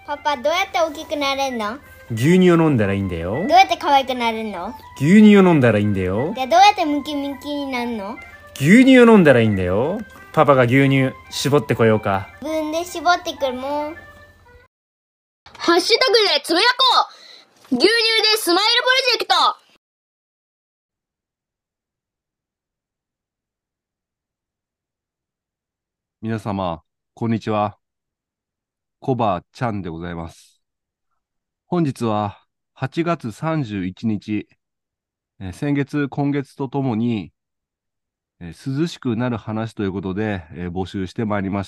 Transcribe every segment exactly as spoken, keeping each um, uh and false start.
パパ、どうやって大きくなれるの？ 牛乳を飲んだらいいんだよ。 どうやって可愛くなれるの？ 牛乳を飲んだらいいんだよ。 で、どうやってムキムキになるの？ 牛乳を飲んだらいいんだよ。パパが牛乳絞ってこようか。 自分で絞ってくるもん。 ハッシュタグでつぶやこう。牛乳でスマイルプロジェクト。 皆様、こんにちは。コバちゃんでございます。本日ははちがつさんじゅういちにち、えー先月、今月とともに、えー涼しくなる話ということで、えー募集してまいりました。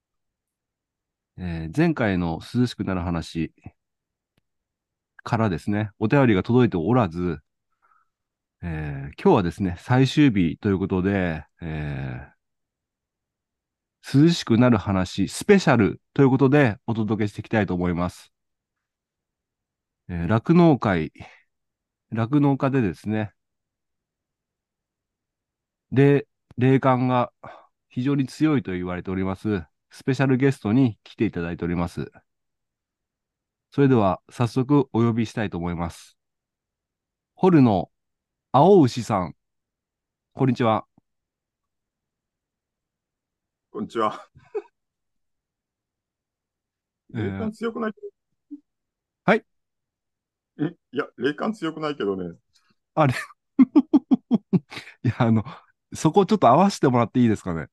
えー前回の涼しくなる話からですね、お便りが届いておらず、えー今日はですね、最終日ということで、えー涼しくなる話スペシャルということでお届けしていきたいと思います。えー酪農会、酪農家でですね、霊、霊感が非常に強いと言われております、スペシャルゲストに来ていただいております。それでは早速お呼びしたいと思います。ホルの青牛さん、こんにちは。 こんにちは。霊えー感強くないけはい。 ど、んいや、霊感強くないけどね。 あれいや、あの、そこちょっと合わせてもらっていいですかね。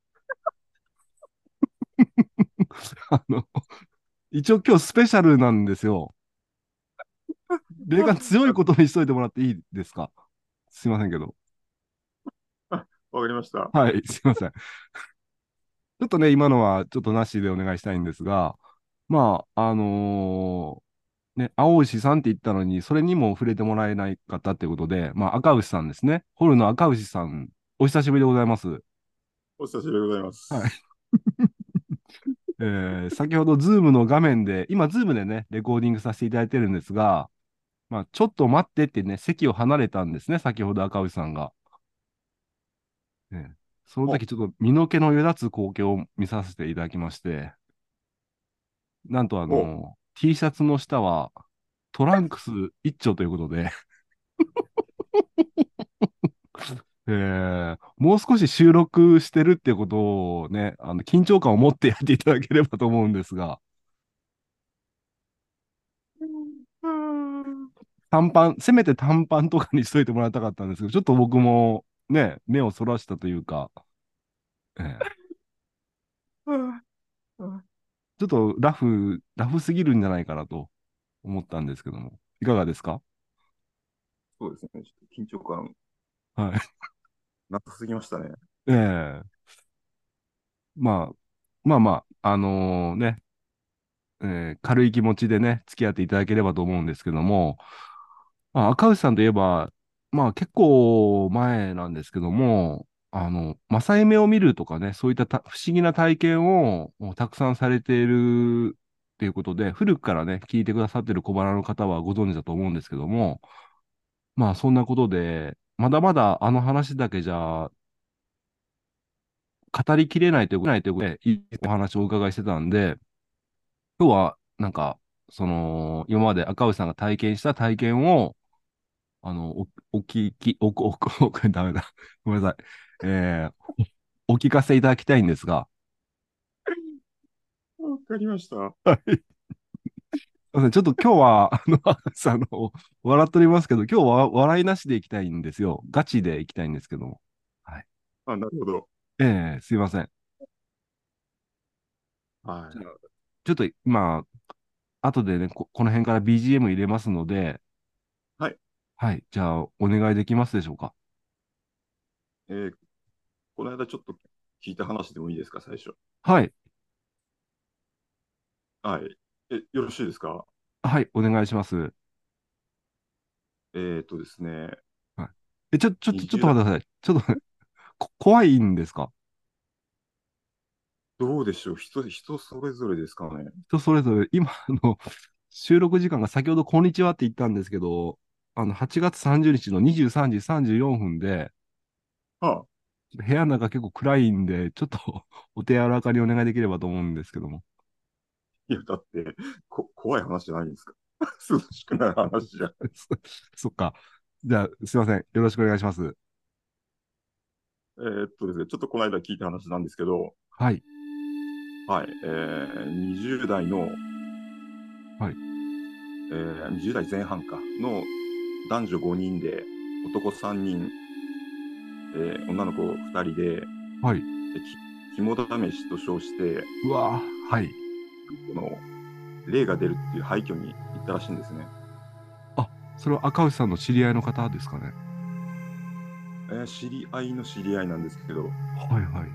あの、一応今日スペシャルなんですよ。霊感強いことにしといてもらっていいですか？すいませんけど。 あわかりました。 はい、すいません。ちょっとね、今のはちょっとなしでお願いしたいんですが、まあ、あのーね、青牛さんって言ったのに、それにも触れてもらえないかったってことで、まあ、赤牛さんですね。ホルの赤牛さん、お久しぶりでございます。 お久しぶりでございまはい。 す。 えー先ほど、ズームの画面で、今、ズームでね、レコーディングさせていただいてるんですが、まあ、ちょっと待ってってね、席を離れたんですね、先ほど赤牛さんが。ね、そのお、 時、ちょっと身の毛のよだつ光景を見させていただきまして、なんとあお、 の、T シャツの下はトランクス一丁ということで、えーもう少し収録してるってことをね、あの、緊張感を持ってやっていただければと思うんですが、短パン、せめて短パンとかにしといてもらいたかったんですけど、ちょっと僕もね、目をそらしたというか、えーちょっとラフ、ラフすぎるんじゃないかなと思ったんですけども、いかがですか？ そうですね。ちょっと緊張感はい。 なさすぎましたね。 ええまあ、まあまあ、あのね、えー軽い気持ちでね、付き合っていただければと思うんですけども、まあ、赤内さんといえば、まあ結構前なんですけども、あの、正夢を見るとかね、そういったた不思議な体験をもうたくさんされているっていうことで、古くからね、聞いてくださってる小腹の方はご存知だと思うんですけども、まあそんなことで、まだまだあの話だけじゃ語りきれないということないということで、いいお話をお伺いしてたんで、今日はなんか、その、今まで赤内さんが体験した体験を、あの、お、お聞き、お、お、お、お、ダメだ。ごめんなさい。えー、お聞かせいただきたいんですが、 わかりました。 はい。すいませんちょっと今日は、あの、赤内さん、あの、笑っておりますけど、今日は笑いなしでいきたいんですよ。ガチでいきたいんですけども。はい。 あ、なるほど。 えー、すいません。 はい。 じゃあちょっと、まあ、後でね、こ、この辺から ビージーエム 入れますので、 はい。 はい。じゃあ、お願いできますでしょうか。 えーこの間ちょっと聞いた話でもいいですか、最初。 はい。 はい。え、よろしいですか？ はい。お願いします。 えっとですね、 はい。え、ちょ、ちょっと、ちょっにじゅう代、 と待ってください。ちょっとこ、怖いんですか？ どうでしょう、人、人それぞれですかね。 人それぞれ、今、あの、収録時間が先ほどこんにちはって言ったんですけど、あの、はちがつさんじゅうにちのにじゅうさんじさんじゅうよんふんで、 は部屋の中結構暗いんで、ちょっとお手柔らかにお願いできればと思うんですけども。 いや、だって、こ、怖い話じゃないんですか。涼しくなる話じゃん。 そっか。じゃあ、すいません。よろしくお願いします。 えーっとですね、ちょっとこの間聞いた話なんですけど、 はい。 はい、えー、にじゅう代の、 はい。 えー、にじゅう代前半かの男女ごにんで、男さんにん、えー女の子ふたりで、 はい。 でき肝試しと称して、 うわーはい。 この霊が出るっていう廃墟に行ったらしいんですね。 あ、それは赤内さんの知り合いの方ですかね。 えー知り合いの知り合いなんですけど、 はいはい。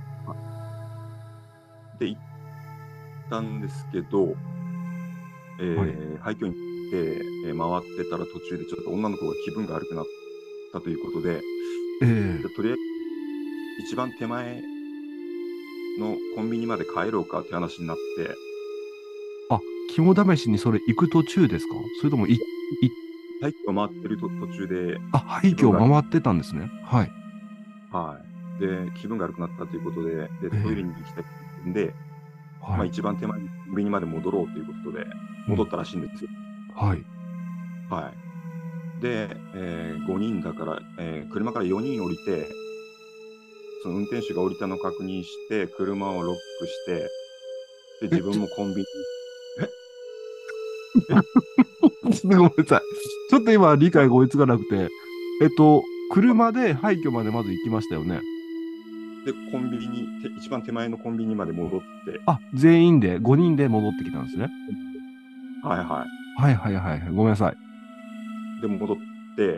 で、行ったんですけど、えはい。 ー廃墟に行って、えー回ってたら途中でちょっと女の子が気分が悪くなったということで、 ええでとりあえず一番手前のコンビニまで帰ろうかって話になって、 あ、肝試しにそれ行く途中ですか？それともい、い、 廃墟を回ってると途中であ、廃墟を気分が、 回ってたんですね。はい。 はい。で、気分が悪くなったということで、で、 えトイレにえ行きたいんで、まあはい。 一番手前のコンビニまで戻ろうということで、 うん戻ったらしいんですよ。 はい。 はい。で、えーごにんだから、えー車からよにん降りて、その運転手が降りたのを確認して、車をロックして、で、 え、 自分もコンビニ、え、 ちょっとごめんなさい。ちょっと今理解が追いつかなくて、えっと、車で廃墟までまず行きましたよね。 で、コンビニ、て一番手前のコンビニまで戻って、 あ、全員で、ごにんで戻ってきたんですね。 はいははいはいはいはい。ごめんなさい。 い。で、戻って、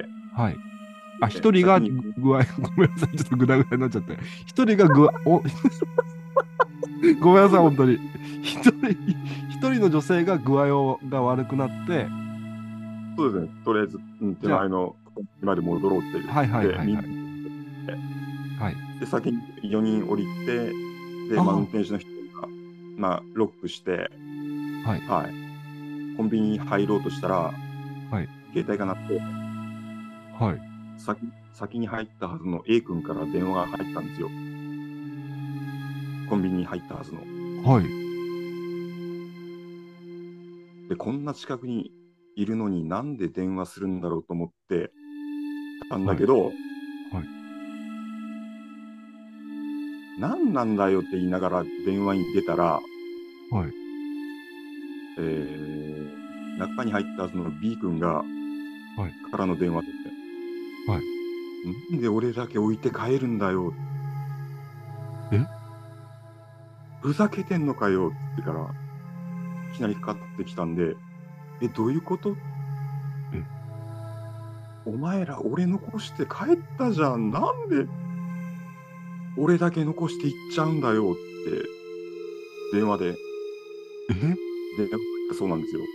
はい。あ、 で一人が先に、 具合、ごめんなさい。ちょっとグダグダになっちゃって。一人が具合、お、ごめんなさい、本当に。一人、一人の女性が具合をが悪くなって、 そうですね、とりあえず、うん、手じゃ前のコンビニまで戻ろうって言あ、はいはいって、みんなはいはい。はい。 で、先によにん降りて、で、まあ、運あ転手の人が、まあ、ロックして、 あ、はい。 はい、コンビニに入ろうとしたら、 はい。 携帯が鳴って、 はい。 先、先に入ったはずの A 君から電話が入ったんですよ。コンビニに入ったはずの。 はい。 で、こんな近くにいるのになんで電話するんだろうと思ってたんだはい。 けど、 はい。 何なんだよって言いながら電話に出たら、 はい。 えー、中に入ったはずの B 君が、 はい。 からの電話で、 はい。 なんで俺だけ置いて帰るんだよ。 えふざけてんのかよって言ってから、いきなりかかってきたんで、え、どういうこと？ えお前ら俺残して帰ったじゃん。なんで俺だけ残して行っちゃうんだよって電話で、 え電話そうなんですよ。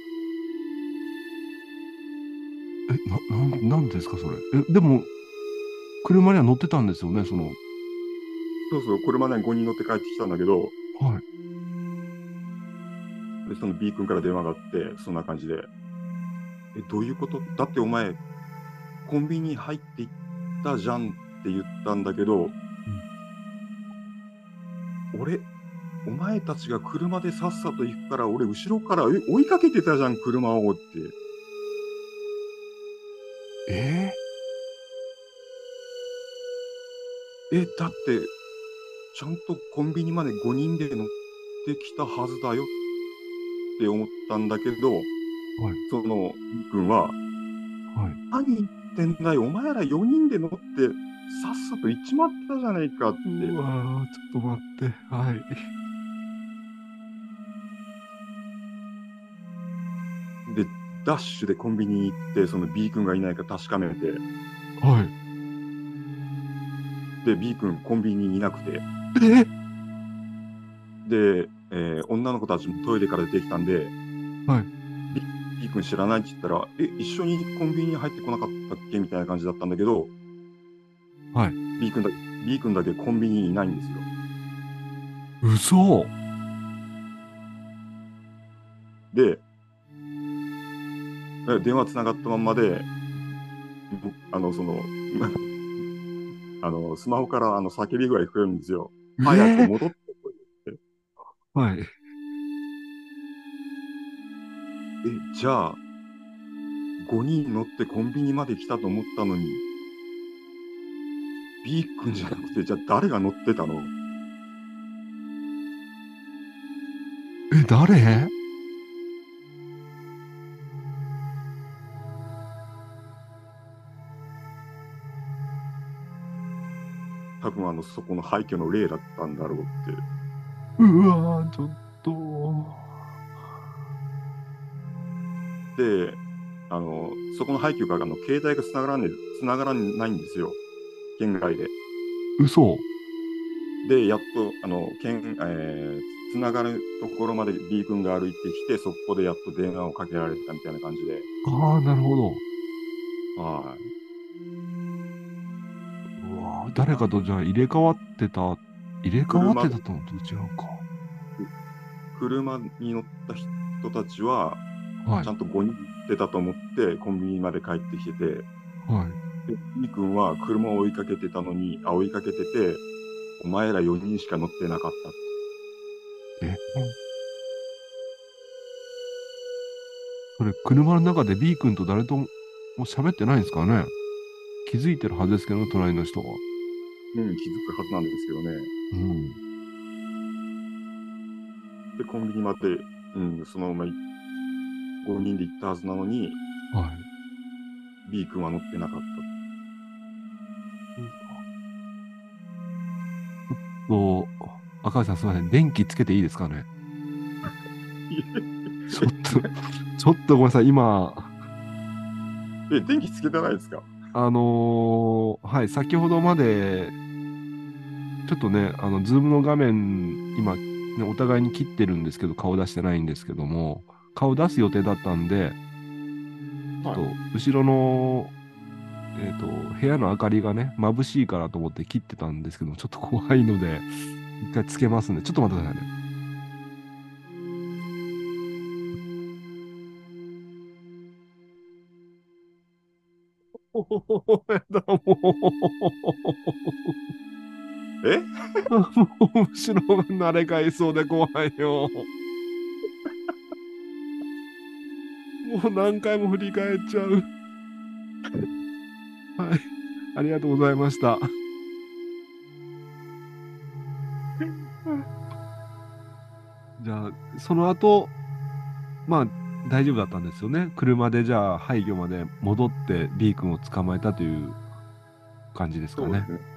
え、な、なん、なんですか、それ。え、でも、車には乗ってたんですよね、その。 そうそう、車にごにん乗って帰ってきたんだけど、 はい。 でその B 君から電話があって、そんな感じで、え、どういうこと？だってお前、コンビニ入って行ったじゃんって言ったんだけど、俺、お前たちが車でさっさと行くから、俺後ろからえ追いかけてたじゃん、車をって。 ええ、だって、ちゃんとコンビニまでごにんで乗ってきたはずだよって思ったんだけど、 ー、はい。 その B 君は、 はい。 何言ってんだよ、お前らよにんで乗って、さっさと行っちまったじゃねえかって。 うわー、ちょっと待って。はい。 で、ダッシュでコンビニに行って、その B 君がいないか確かめて、 はい。 で、B 君コンビニにいなくて、 えで、えー女の子たちもトイレから出てきたんで、 はい。 B, B 君知らないって言ったら、え、一緒にコンビニに入ってこなかったっけみたいな感じだったんだけど、 はい。 B 君だ、B 君だけコンビニにいないんですよ。 嘘で、え電話つながったまんまで、僕あの、その、あの、スマホからあの叫び声聞こえるんですよ。早くえ戻ってこいって。 はい。 え、じゃあ、ごにん乗ってコンビニまで来たと思ったのに、B 君じゃなくて、じゃあ誰が乗ってたの？ え、誰？ 多分あの、そこの廃墟の霊だったんだろうって。 うわー、ちょっと。 で、あの、そこの廃墟があの携帯がつながらない、つながらないんですよ。県外で。 嘘。 で、やっと、あの、県、えー、つながるところまで B 君が歩いてきて、そこでやっと電話をかけられたみたいな感じで。 ああ、なるほど。 はい。 うわー、誰かとじゃあ入れ替わってた、入れ替わってたとのと違うか。 車に乗った人たちは、 はいちゃんとごにん出たと思ってコンビニまで帰ってきてて、 はいで B 君は車を追いかけてたのに、あ、追いかけてて、お前らよにんしか乗ってなかったって。 え、それ車の中で B 君と誰とも喋ってないんですかね？気づいてるはずですけどね、隣の人は。 うん、気づくはずなんですけどね。 うん。 で、コンビニまで、うん、そのままごにんで行ったはずなのに、 はい。 B 君は乗ってなかった。 ちょっと、赤井さんすみません。電気つけていいですかね？ちょっと、ちょっとごめんなさい。今、 え、電気つけてないですか？ あのーはい、先ほどまで、ちょっとね、あの、ズームの画面、今、ね、お互いに切ってるんですけど、顔出してないんですけども、顔出す予定だったんで、ちょっと、後ろの、えっと、部屋の明かりがね、眩しいからと思って切ってたんですけど、ちょっと怖いので、一回つけますね。ちょっと待ってくださいね。おお、やだ、もえう。もう、後ろが慣れ替えそうで怖いよ。もう何回も振り返っちゃう。はい。ありがとうございました。じゃあ、その後、まあ、大丈夫だったんですよね。車でじゃあ、廃墟まで戻って B 君を捕まえたという感じですかね。 そうですね。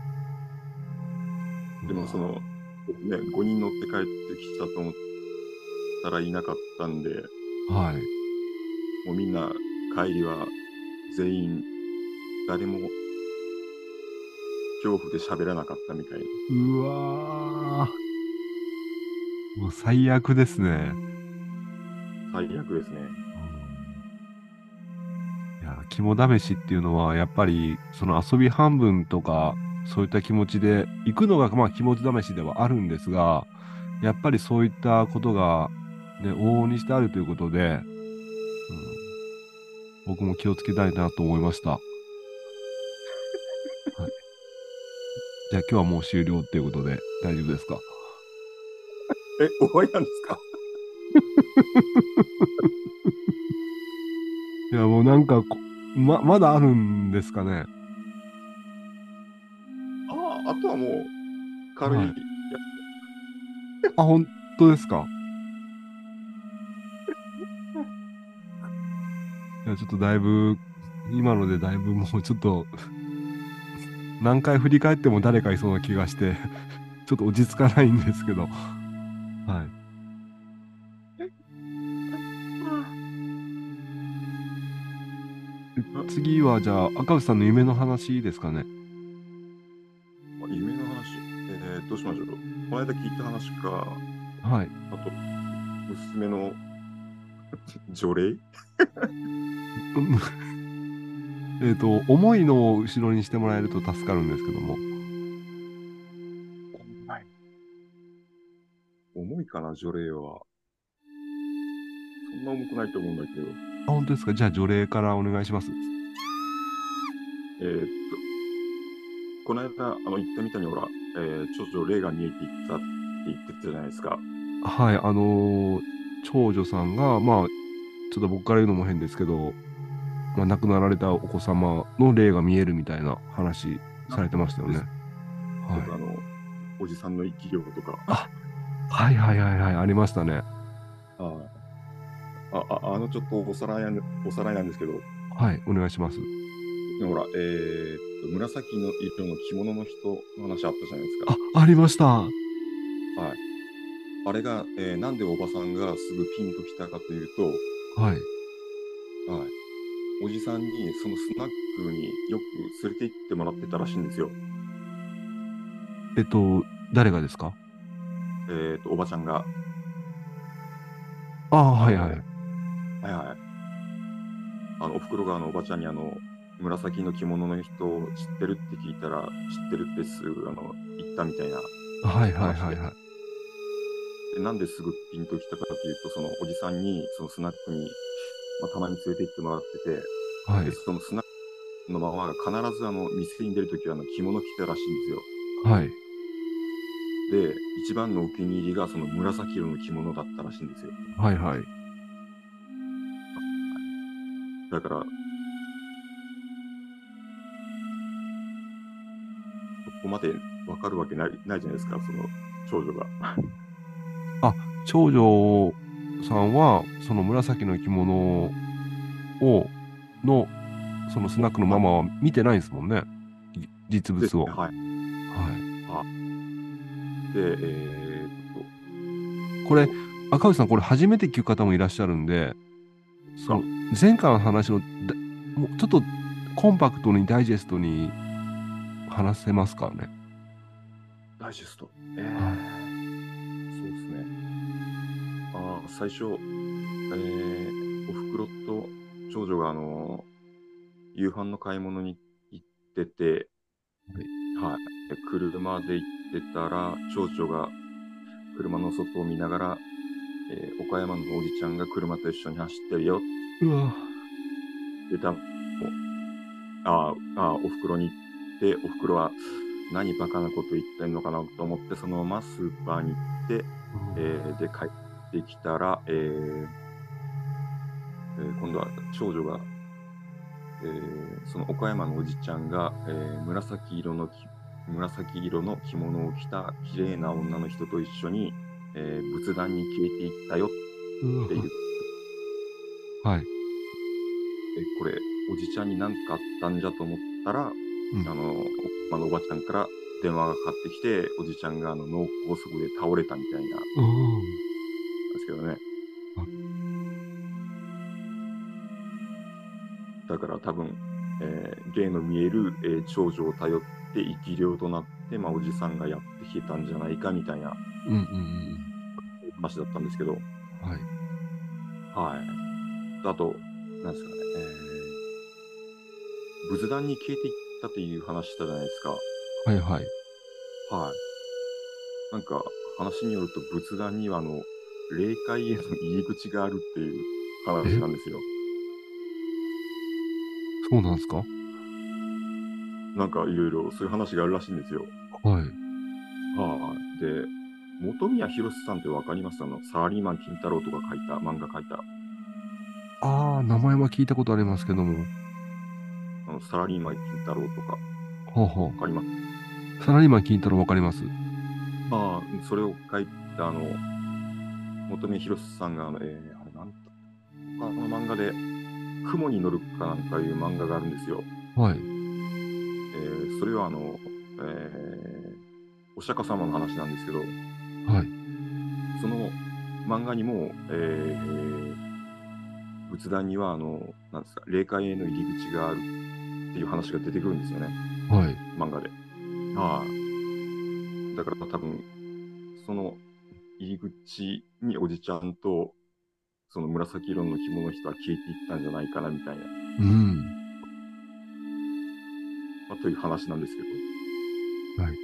でもその、ね、ごにん乗って帰ってきたと思ったらいなかったんで、 はい。 もうみんな帰りは全員誰も恐怖で喋らなかったみたいな。 うわー。もう最悪ですね。 最悪ですね。 いや、肝試しっていうのは、やっぱり、その遊び半分とか、そういった気持ちで、行くのが、まあ、気持ち試しではあるんですが、やっぱりそういったことが、ね、往々にしてあるということで、うん、僕も気をつけたいなと思いました。はい。じゃあ、今日はもう終了っていうことで、大丈夫ですか？ え、終わりなんですか？ いや、もうなんかこ、ま、まだあるんですかね。 ああ、あとはもう軽い、 はいやあ、本当ですか？いや、ちょっとだいぶ、今のでだいぶもうちょっと、何回振り返っても誰かいそうな気がして、ちょっと落ち着かないんですけど。はい。次は、じゃあ、赤内さんの夢の話ですかね。 夢の話、えー、どうしましょう。この間聞いた話か、 はい。 あと、娘の除霊えっと、重いのを後ろにしてもらえると助かるんですけども。 重いかな、除霊は。そんな重くないと思うんだけど。 あ、本当ですか？じゃあ、除霊からお願いします。 えーっと、この間、あの、言ったみたいに、ほら、えー、ちょっと霊が見えていったって言ってたじゃないですか。 はい、あのー長女さんが、まあ、 ちょっと僕から言うのも変ですけど、まあ、亡くなられたお子様の霊が見えるみたいな話されてましたよね。はい。 僕あの、おじさんの生き量とか、 あ、はいはいはいはい、ありましたね。 はいあああのちょっとおさらいなんおさらいなんですけど、 はい、お願いします。 ほら、えーっと、紫の色の着物の人の話あったじゃないですか。 あ、ありました。 はい。あれが、えーなんでおばさんがすぐピンときたかというと、 はい。 はい。おじさんにそのスナックによく連れて行ってもらってたらしいんですよ。 えっと、誰がですか？ えーっと、おばちゃんが。 ああ、 あの、 はいはい。 はいはい。あの、おふくろがあのおばちゃんにあの、紫の着物の人を知ってるって聞いたら、知ってるってすぐあの言ったみたいなはいはい話で、 はいはい。 でなんですぐピンときたかというと、そのおじさんにそのスナックに、まあ、たまに連れて行ってもらってて、 はいで、そのスナックのママが必ずあの店に出るときはあの着物着てたらしいんですよ。 はい。 で、一番のお気に入りがその紫色の着物だったらしいんですよ。 はいはい。 だから、そこまでわかるわけない、ないじゃないですか、その長女が。 あ、長女さんは、その紫の着物を、の、そのスナックのママは見てないんですもんね。じ実物を。 ですね、はい。 はで、えーっい。これ、赤内さん、これ初めて聞く方もいらっしゃるんで、その前回の話のだ、もうちょっとコンパクトにダイジェストに話せますかね。 と、ダイジェスト。えー、 はそうですね。あー最初、えー、おふくろと長女があの夕飯の買い物に行ってて、はい。で車で行ってたら、長女が車の外を見ながら、えー岡山のおじちゃんが車と一緒に走ってるよってうわ、 言ったのを、あーあー、おふくろに言って、おふくろは何バカなこと言ってんのかなと思って、そのままスーパーに行って、えーで、帰ってきたら、えーえー今度は長女が、えーその岡山のおじちゃんが、えー紫色のき紫色の着物を着た綺麗な女の人と一緒に、えー仏壇に消えていったようっていう。 わ、はい。 えこれ、おじちゃんに何かあったんじゃと思ったら、 うんあの、あのおばちゃんから電話がかかってきて、おじちゃんがあの脳梗塞で倒れたみたいな、なんうんですけどね。だから多分、えー芸の見える、えー長女を頼って生き量となって、まあ、おじさんがやってきてたんじゃないかみたいなうんうんうん話だったんですけど、 うん。はい。 はい。あと、なんですかね、えー仏壇に消えていったっていう話したじゃないですか。 はいはい。 はい。なんか、話によると仏壇には、あの、霊界への入り口があるっていう話なんですよ。 そうなんですか？ なんか、いろいろそういう話があるらしいんですよ。 はい。 はい。で、本宮宏さんってわかりますあの、サラリーマン金太郎とか書いた、漫画書いた、 ああ、名前は聞いたことありますけども。 あの、サラリーマン金太郎とか、 ほうほわかりますう。サラリーマン金太郎わかります。 ああ、それを書いた、あの、本宮宏さんが、あの、えー、あれなんだあの漫画で、雲に乗るかなんかいう漫画があるんですよ。 はい。 えー、それはあの、えー、お釈迦様の話なんですけど、 はい。 その漫画にも、えー、仏壇にはあの、なんですか、霊界への入り口があるっていう話が出てくるんですよね、 はい。 漫画で。ああ。だから多分、その入り口におじちゃんと、その紫色の着物の人は消えていったんじゃないかなみたいな、 うん。 まあ、という話なんですけど。 はい。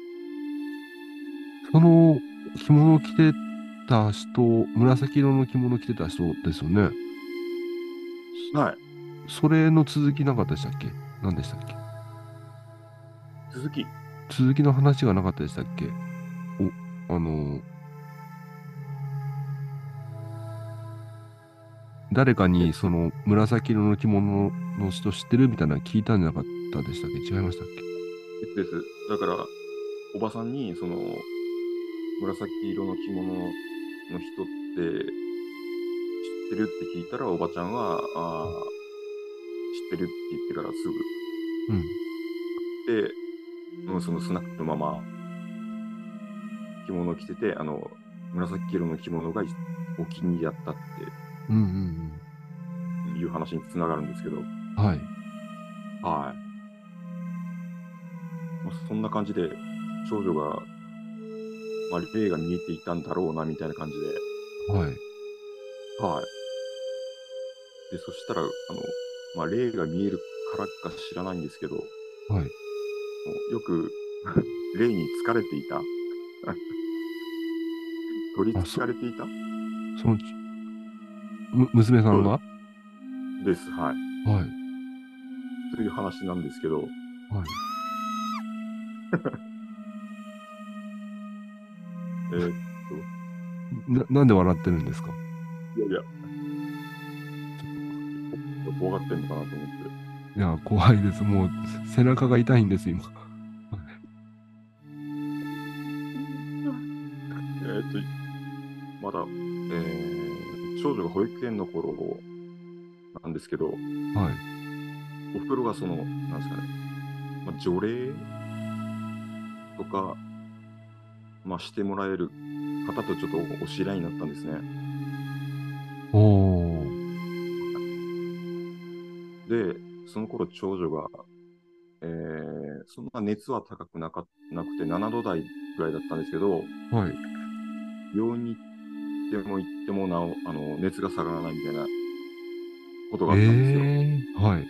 その着物を着てた人、紫色の着物を着てた人ですよね。 はい。 それの続きなかったでしたっけ？何でしたっけ？ 続き。 続きの話がなかったでしたっけ？お、あの、 誰かにその紫色の着物の人知ってるみたいなの聞いたんじゃなかったでしたっけ？違いましたっけ？ です。だから、おばさんに、その、紫色の着物の人って知ってるって聞いたら、おばちゃんは、ああ、知ってるって言ってからすうん。 ぐ。で、うん、そのスナックのまま着物を着てて、あの、紫色の着物がお気に入りだったっうんうんていう話につながるんですけど、 うん。はい。 はい。まあ、そんな感じで、少女が、まあ、霊が見えていたんだろうな、みたいな感じで、 はい。 はい。で、そしたら、あの、まあ、霊が見えるからか知らないんですけど、もはい。 うよく霊に疲れていた取りあ、 憑そ、 かれていたそのち、む、娘さんが？ です。はい。 はい。 という話なんですけど、 はい。 えーっな、なんで笑ってるんですか？ と、いやいや、ちょっと怖がってんのかなと思って。 いや、怖いです。もう、背中が痛いんです、今。 えーっと、まだ、えー、少女が保育園の頃なんですけど、 はい。 お袋がその、なんですかね、まあ、除霊とか、まあ、してもらえる方とちょっとお知り合いになったんですね。 おー。 で、その頃長女が、えー、そんな熱は高くなかなくてななど台ぐらいだったんですけど、 はい。 病院に行っても行ってもなおあの熱が下がらないみたいなことがあったんですよ。 えー。はい。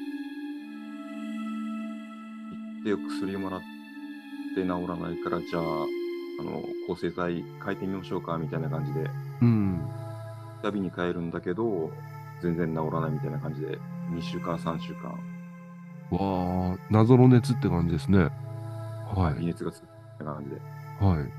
で、薬をもらって治らないから、じゃあ、あの抗生剤変えてみましょうかみたいな感じで、 うん。 旅に帰るんだけど、全然治らないみたいな感じで、にしゅうかん、さんしゅうかん、 わー、謎の熱って感じですね。は微い。 熱がつくみたいな感じで、 はい。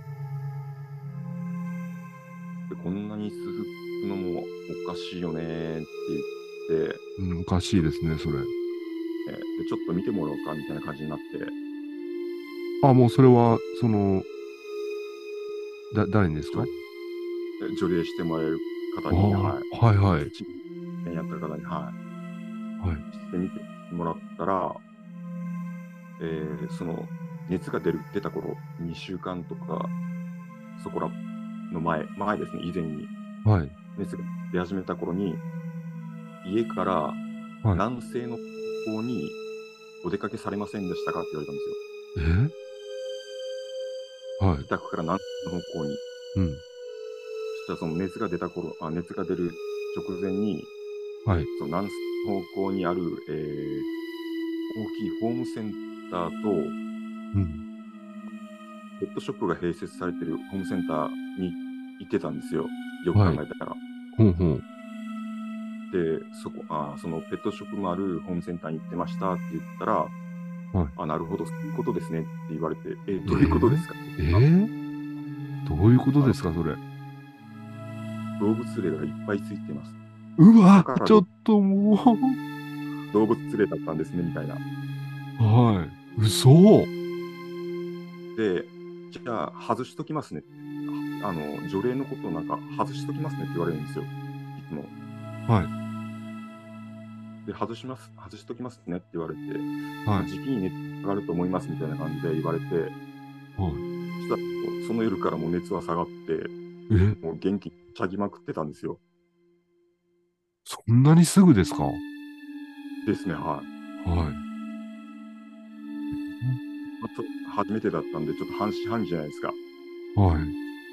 でこんなに続くのもおかしいよねって言って、 うん、おかしいですね、それ。 えーで、ちょっと見てもらおうかみたいな感じになって、 あ、もうそれは、その、だ、誰にですか？ で除霊してもらえる方あに、 あ、 はい、 はいはい。 一年やった方に、ははい。 い、してみてもらったら、えーその熱が出る出た頃、にしゅうかんとか、そこらの前、前ですね、以前にはい。 熱が出始めた頃に、家からはい。 南西の方向にお出かけされませんでしたかって言われたんですよ。 えはい。 自宅から南西の方向に。 うん。 そしたらその熱が出た頃、あ、熱が出る直前に、 はい。 その南西の方向にある、えー大きいホームセンターと、 うん。 ペットショップが併設されてるホームセンターに行ってたんですよ。よくはい。 考えたら。 ほうほう。 で、そこ、あ、そのペットショップもあるホームセンターに行ってましたって言ったら、 はい。 あ、なるほど、そういうことですねって言われて、え、 えどういうことですかえー、どういうことですか、それ。 動物霊がいっぱいついてます。 うわだからちょっとも動物霊だったんですね、みたいな。 う。はい。嘘。 で、じゃあ、外しときますねって。ああの、除霊のことをなんか、外しときますねって言われるんですよ。いつも。 はい。 で、外します、外しときますねって言われて、 はい。 時期に熱上がると思いますみたいな感じで言われて、 はい。 そしたらその夜からもう熱は下がって、 え、 もう元気にしゃぎまくってたんですよ。 そんなにすぐですか？はですね、はい。 い。 まあ、ちょ初めてだったんで、ちょっと半信半疑じゃないですか。 はい。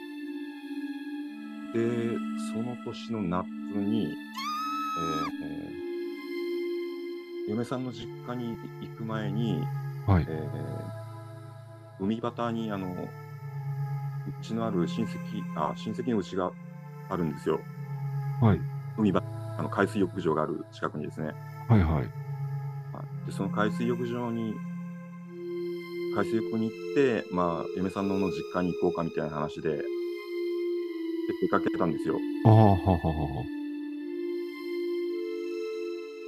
で、その年の夏に、えーえー嫁さんの実家に行く前に、 はい。 えー海端にあのうちのある親戚あ親戚の家があるんですよ。 はい。 海ばあの海水浴場がある近くにですね。 はい。はい。 はいでその海水浴場に海水浴に行って、まあ、嫁さんの実家に行こうかみたいな話でで出かけたんですよ。 ああ、はははは。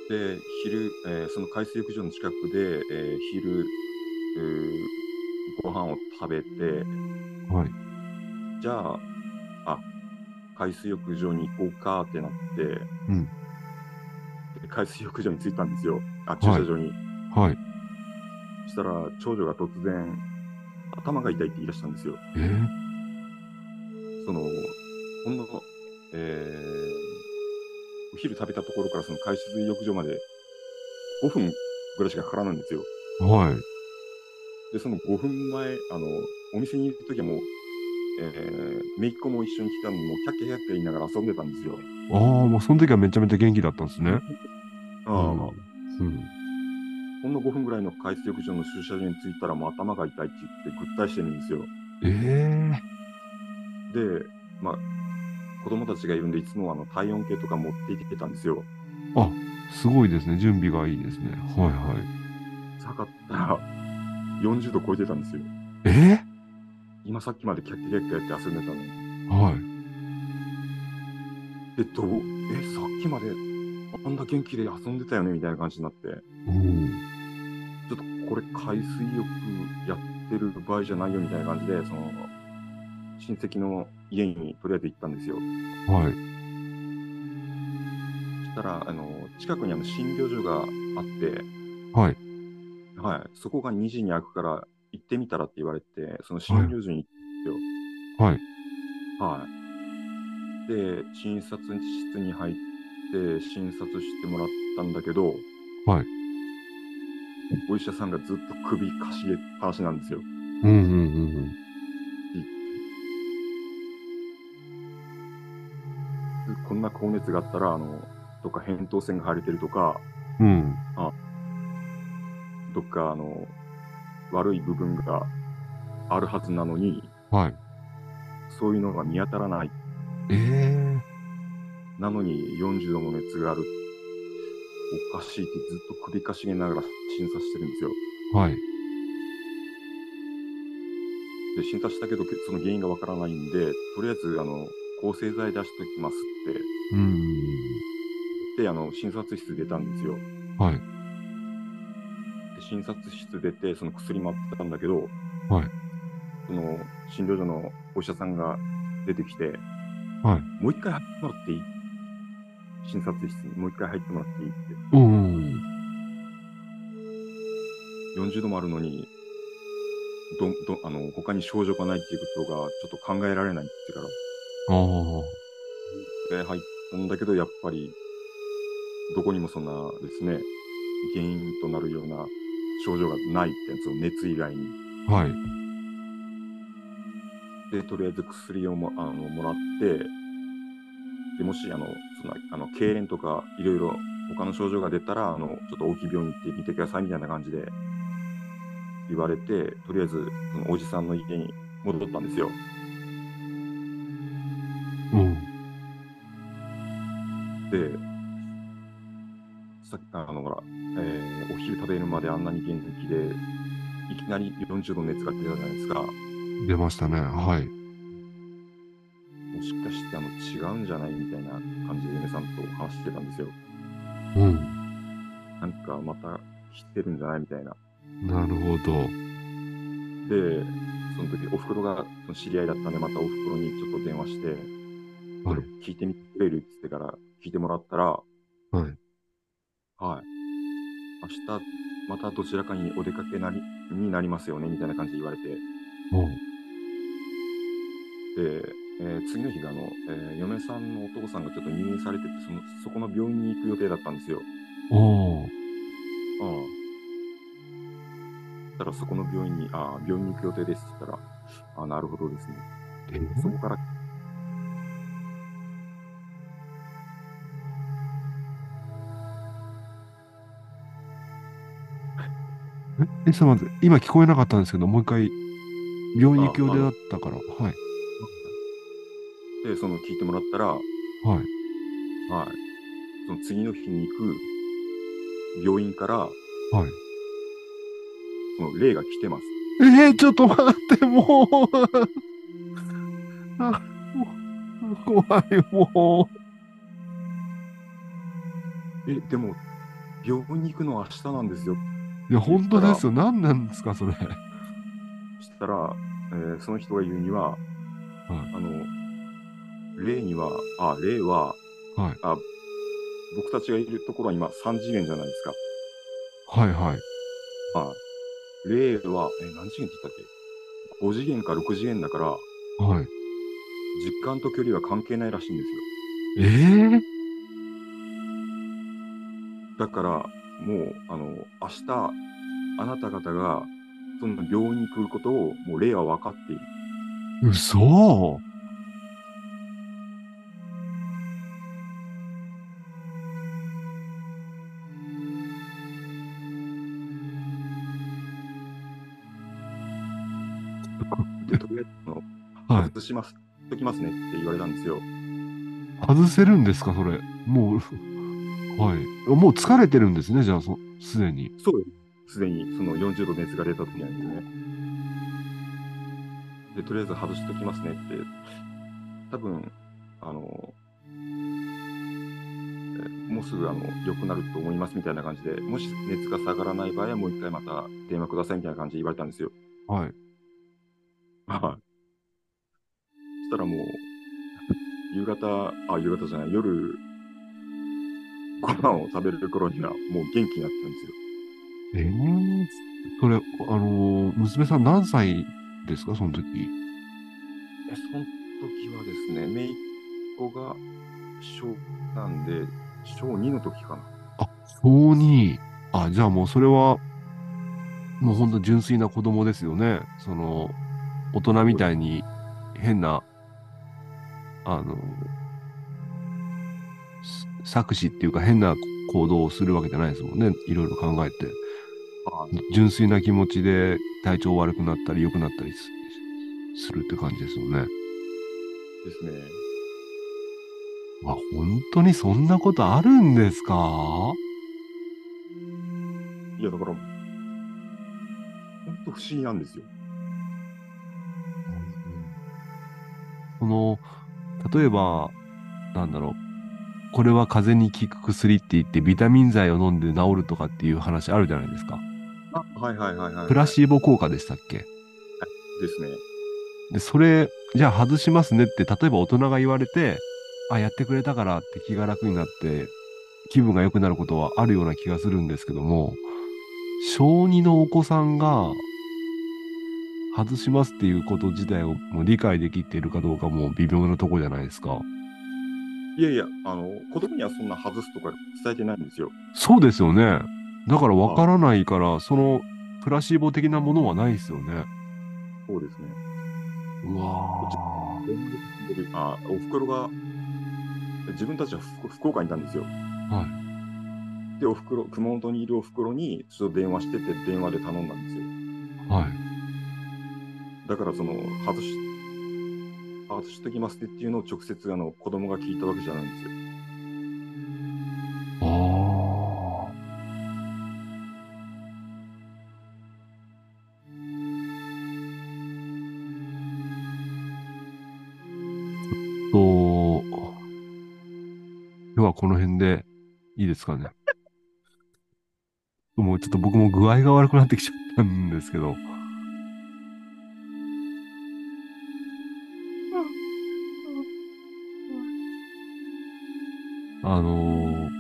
で、昼、えーその海水浴場の近くで、えー昼、うーご飯を食べて、 はい。 じゃあ、あ、海水浴場に行こうかってなって、 うん。 で海水浴場に着いたんですよ。あ、駐車場に。 はい。 そしたら、長女が突然、頭が痛いって言い出したんですよ。 えー、 その、ほんの、えーお昼食べたところからその海水浴場までごふんぐらいしかかからないんですよ。 はい。 で、そのごふんまえ、あの、お店に行くときはもう、えー、姪っ子も一緒に来たのに、もうキャッキャキャッキャ言いながら遊んでたんですよ。 ああ、もうその時はめちゃめちゃ元気だったんですね。 ああ、 うん。 ほんのごふんぐらいの海水浴場の駐車場に着いたらもう頭が痛いって言ってぐったりしてるんですよ。 ええで、まあ、子供たちがいるんで、いつもあの体温計とか持って行ってたんですよ。 あ、すごいですね。準備がいいですね。はいはい。 測ったらよんじゅうど超えてたんですよ。 え今さっきまでキャッキャキャッキャやって遊んでたのに。 はい。 え、どう、え、さっきまであんな元気で遊んでたよねみたいな感じになって、 うん。 ちょっとこれ海水浴やってる場合じゃないよみたいな感じで、その親戚の家にとりあえず行ったんですよ。 はい。 そしたら、あの、近くにあの診療所があって、 はい。 はい、そこがにじに開くから行ってみたらって言われて、その診療所に行ったんですよ。 はい。 はい。で、診察室に入って、診察してもらったんだけど、 はい。 お医者さんがずっと首かしげっぱなしなんですよ。 うんうんうんこんな高熱があったら、あの、どっか扁桃腺が腫れてるとか、 うん。うん。 どっか、あの、悪い部分があるはずなのに、 はい。 そういうのが見当たらない。 ええなのによんじゅうども熱がある。おかしいってずっと首かしげながら診察してるんですよ。 はい。 で、診察したけど、その原因がわからないんで、とりあえず、あの、抗生剤出しときますってうん。 で、あの、診察室出たんですよ。 はい。 で、診察室出て、その薬待ってたんだけど、 はい。 その診療所のお医者さんが出てきて、 はい。 もう一回入ってもらっていい？診察室にもう一回入ってもらっていいって。 うん。 よんじゅうどもあるのに、ど、ど、あの、他に症状がないっていうことがちょっと考えられないって言ってかああ。 ら、で、入ったんだけど、やっぱり、どこにもそんなですね、原因となるような症状がないって、その熱以外に。 はい。 で、とりあえず薬をも、あの、もらって、で、もし、あの、その、あの、痙攣とか、いろいろ他の症状が出たら、あの、ちょっと大きい病院に行ってみてくださいみたいな感じで言われて、とりあえず、そのおじさんの家に戻ったんですよ。 うん。 で、さっき、あの、ほら、えーお昼食べるまであんなに元気で、いきなりよんじゅうど熱が出たじゃないですか。も出ましたね。はい。 しかして、あの、違うんじゃないみたいな感じで、嫁さんと話してたんですよ。 うん。 なんか、また来てるんじゃないみたいな。 なるほど。 で、その時、お袋がその知り合いだったんで、またお袋にちょっと電話して、これはい。 聞いてみてくれるって言ってから聞いてもらったら、 はい。 はい。明日、またどちらかにお出かけなりになりますよね、みたいな感じで言われて、 おう。 で、えー次の日が、あの、えー嫁さんのお父さんがちょっと入院されてて、その、そこの病院に行く予定だったんですよ。 おう。 ああ。たらそこの病院に、ああ、病院に行く予定ですって言ったら、ああ、なるほどですね。 えそこから、 え、すみません。今聞こえなかったんですけど、もう一回、病院に行く予定だったから。はい。 で、その聞いてもらったら、はい。 はい。 その次の日に行く病院から、 はい。 その霊が来てます。 えー、ちょっと待って、もう。あ、もう怖い、もえ、でも、 病院に行くのは明日なんですよ。 いや、本当ですよ。何なんですか、それ。 そしたら、えーその人が言うには、 はい。 あの、例には、あ、例は、 はい。 あ、僕たちがいるところは今さん次元じゃないですか。 はいはい。 あ、例は、え、何次元って言ったっけ？ ご 次元かろく次元だから、 はい。 時間と距離は関係ないらしいんですよ。 ええだから、もう、あの、明日、あなた方が、その病院に来ることを、もう霊は分かっている。 嘘。 で、とりあえず、あのはい。 外します、ときますねって言われたんですよ。 外せるんですか、それ。もう、はい。もう疲れてるんですね、じゃあ、そ、すでに。 そうです。すでにそのよんじゅうど熱が出た時なんですね。で、とりあえず外しときますねって、多分、あの、えもうすぐあの良くなると思いますみたいな感じで、もし熱が下がらない場合はもう一回また電話くださいみたいな感じで言われたんですよ。 はい。 はい。そしたらもう、夕方、あ、夕方じゃない、夜、ご飯を食べる頃にはもう元気になってたんですよ。 ええそれ、あのー娘さん何歳ですか、その時。 え、その時はですね、姪っ子が小なんで、小にの時かな。 あ、小に。あ、じゃあもうそれは、もう本当純粋な子供ですよね。その、大人みたいに変な、あの、す搾取っていうか変な行動をするわけじゃないですもんね。いろいろ考えて。 あ、 純粋な気持ちで体調悪くなったり良くなったりす、するって感じですよね。 ですね。 わ、本当にそんなことあるんですか？ いや、だから、本当不思議なんですよ。 その、例えば、なんだろう。これは風邪に効く薬って言ってビタミン剤を飲んで治るとかっていう話あるじゃないですか。 あ、はいはいはいはい、はい。 プラシーボ効果でしたっけ？ ですね。 で、それ、じゃあ外しますねって、例えば大人が言われて、あ、やってくれたからって気が楽になって、気分が良くなることはあるような気がするんですけども、小児のお子さんが外しますっていうこと自体をもう理解できているかどうかも微妙なところじゃないですか。 いやいや、あの、子供にはそんな外すとか伝えてないんですよ。 そうですよね。だからわからないから、そのプラシーボ的なものはないですよね。 そうですね。 うわあ、おふくろが、自分たちは福福岡にいたんですよ。 ー。はい。 で、おふくろ、熊本にいるおふくろにちょっと電話してて、電話で頼んだんですよ。 はい。 だから、その、外し、外しときますねっていうのを直接、あの、子供が聞いたわけじゃないんですよ。 ああ。と、今日はこの辺でいいですかね。もうちょっと僕も具合が悪くなってきちゃったんですけど。あのー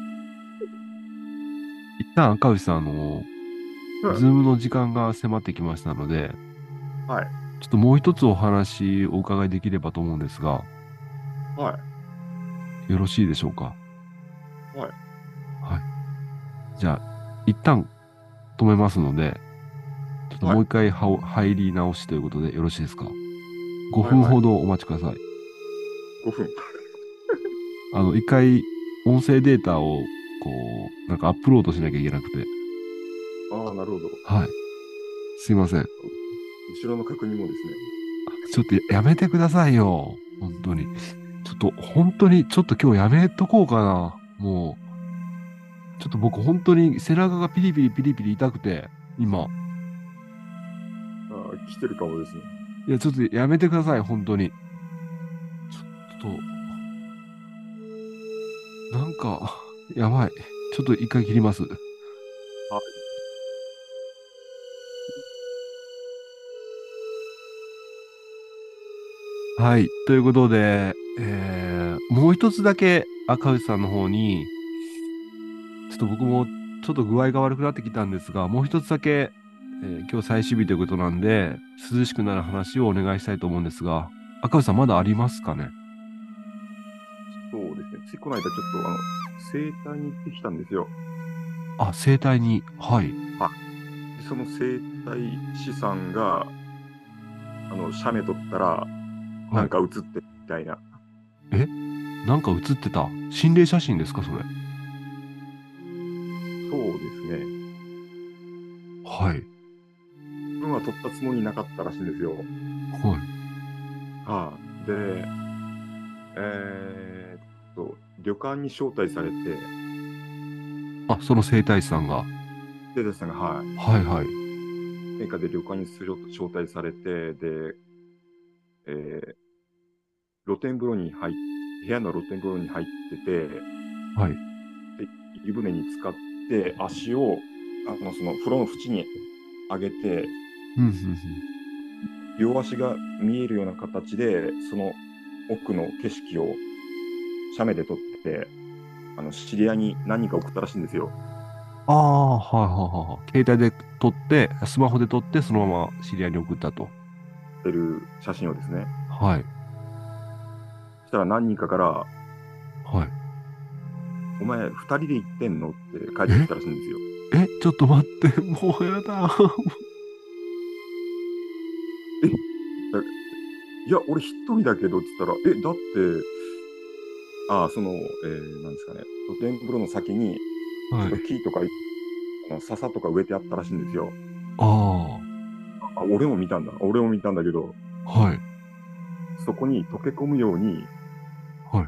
一旦赤内さん、あのー、ズームの時間が迫ってきましたので、 はい。 ちょっともう一つお話お伺いできればと思うんですが、 はよろしいでしょうか。 い。はい。 はい。じゃあ、一旦止めますので、ちょっともう一回は、入り直しということでよろしいですか。ごふんほどお待ちください。 ごふん。 あの、一回音声データをこう、なんかアップロードしなきゃいけなくて。 ああ、なるほど。 はい。すいません。 後ろの確認もですね。 ちょっとやめてくださいよ。本当に。ちょっと、本当に、ちょっと今日やめとこうかな。もう。ちょっと僕本当に背中がピリピリピリピリ痛くて、今。 ああ、来てるかもですね。 いや、ちょっとやめてください、本当に。ちょっと、なんか、やばい。ちょっと一回切ります。 はい。 はい。ということで、えー、もう一つだけ赤内さんの方に、ちょっと僕もちょっと具合が悪くなってきたんですが、もう一つだけ、えー今日最終日ということなんで、涼しくなる話をお願いしたいと思うんですが、赤内さんまだありますかね？ そうですね。ついこの間ちょっと、あの、整体に行ってきたんですよ。 あ、整体に。はい。 でその整体師さんが、あの、写メ撮ったら、 はい。 なんか写ってみたいな。 えなんか写ってた。心霊写真ですか、それ？ そうですね。 はい。 自分は撮ったつもりなかったらしいんですよ。 はい。 はい。で、えーっと、旅館に招待されて、 あ、その整体師さんが。 でですね、はい。 はいはい。 陛下で旅館に招待されて、で、えー露天風呂に入っ部屋の露天風呂に入ってて、 はい。 で湯船に浸かって足をあのその風呂の縁に上げて、 うん、うん、 両足が見えるような形でその奥の景色を写メで撮って、あの知り合いに何人か送ったらしいんですよ。 ああ、はいはいはいはい。携帯で撮って、スマホで撮って、そのまま知り合いに送ったと。 ってる写真をですね。 はい。 そしたら何人かから、 はい。 お前ふたりで行ってんのって帰ってきたらしいんですよ。 え、ちょっと待って、もうやだ。 えだいや、俺一人だけどって言ったら、え、だって、ああ、その、えー、なんですかね、露天風呂の先に、ちょっとはい。 木とか、あの笹とか植えてあったらしいんですよ。 ああ、俺も見たんだ。俺も見たんだけど、 あ、はい。 そこに溶け込むように、 はい。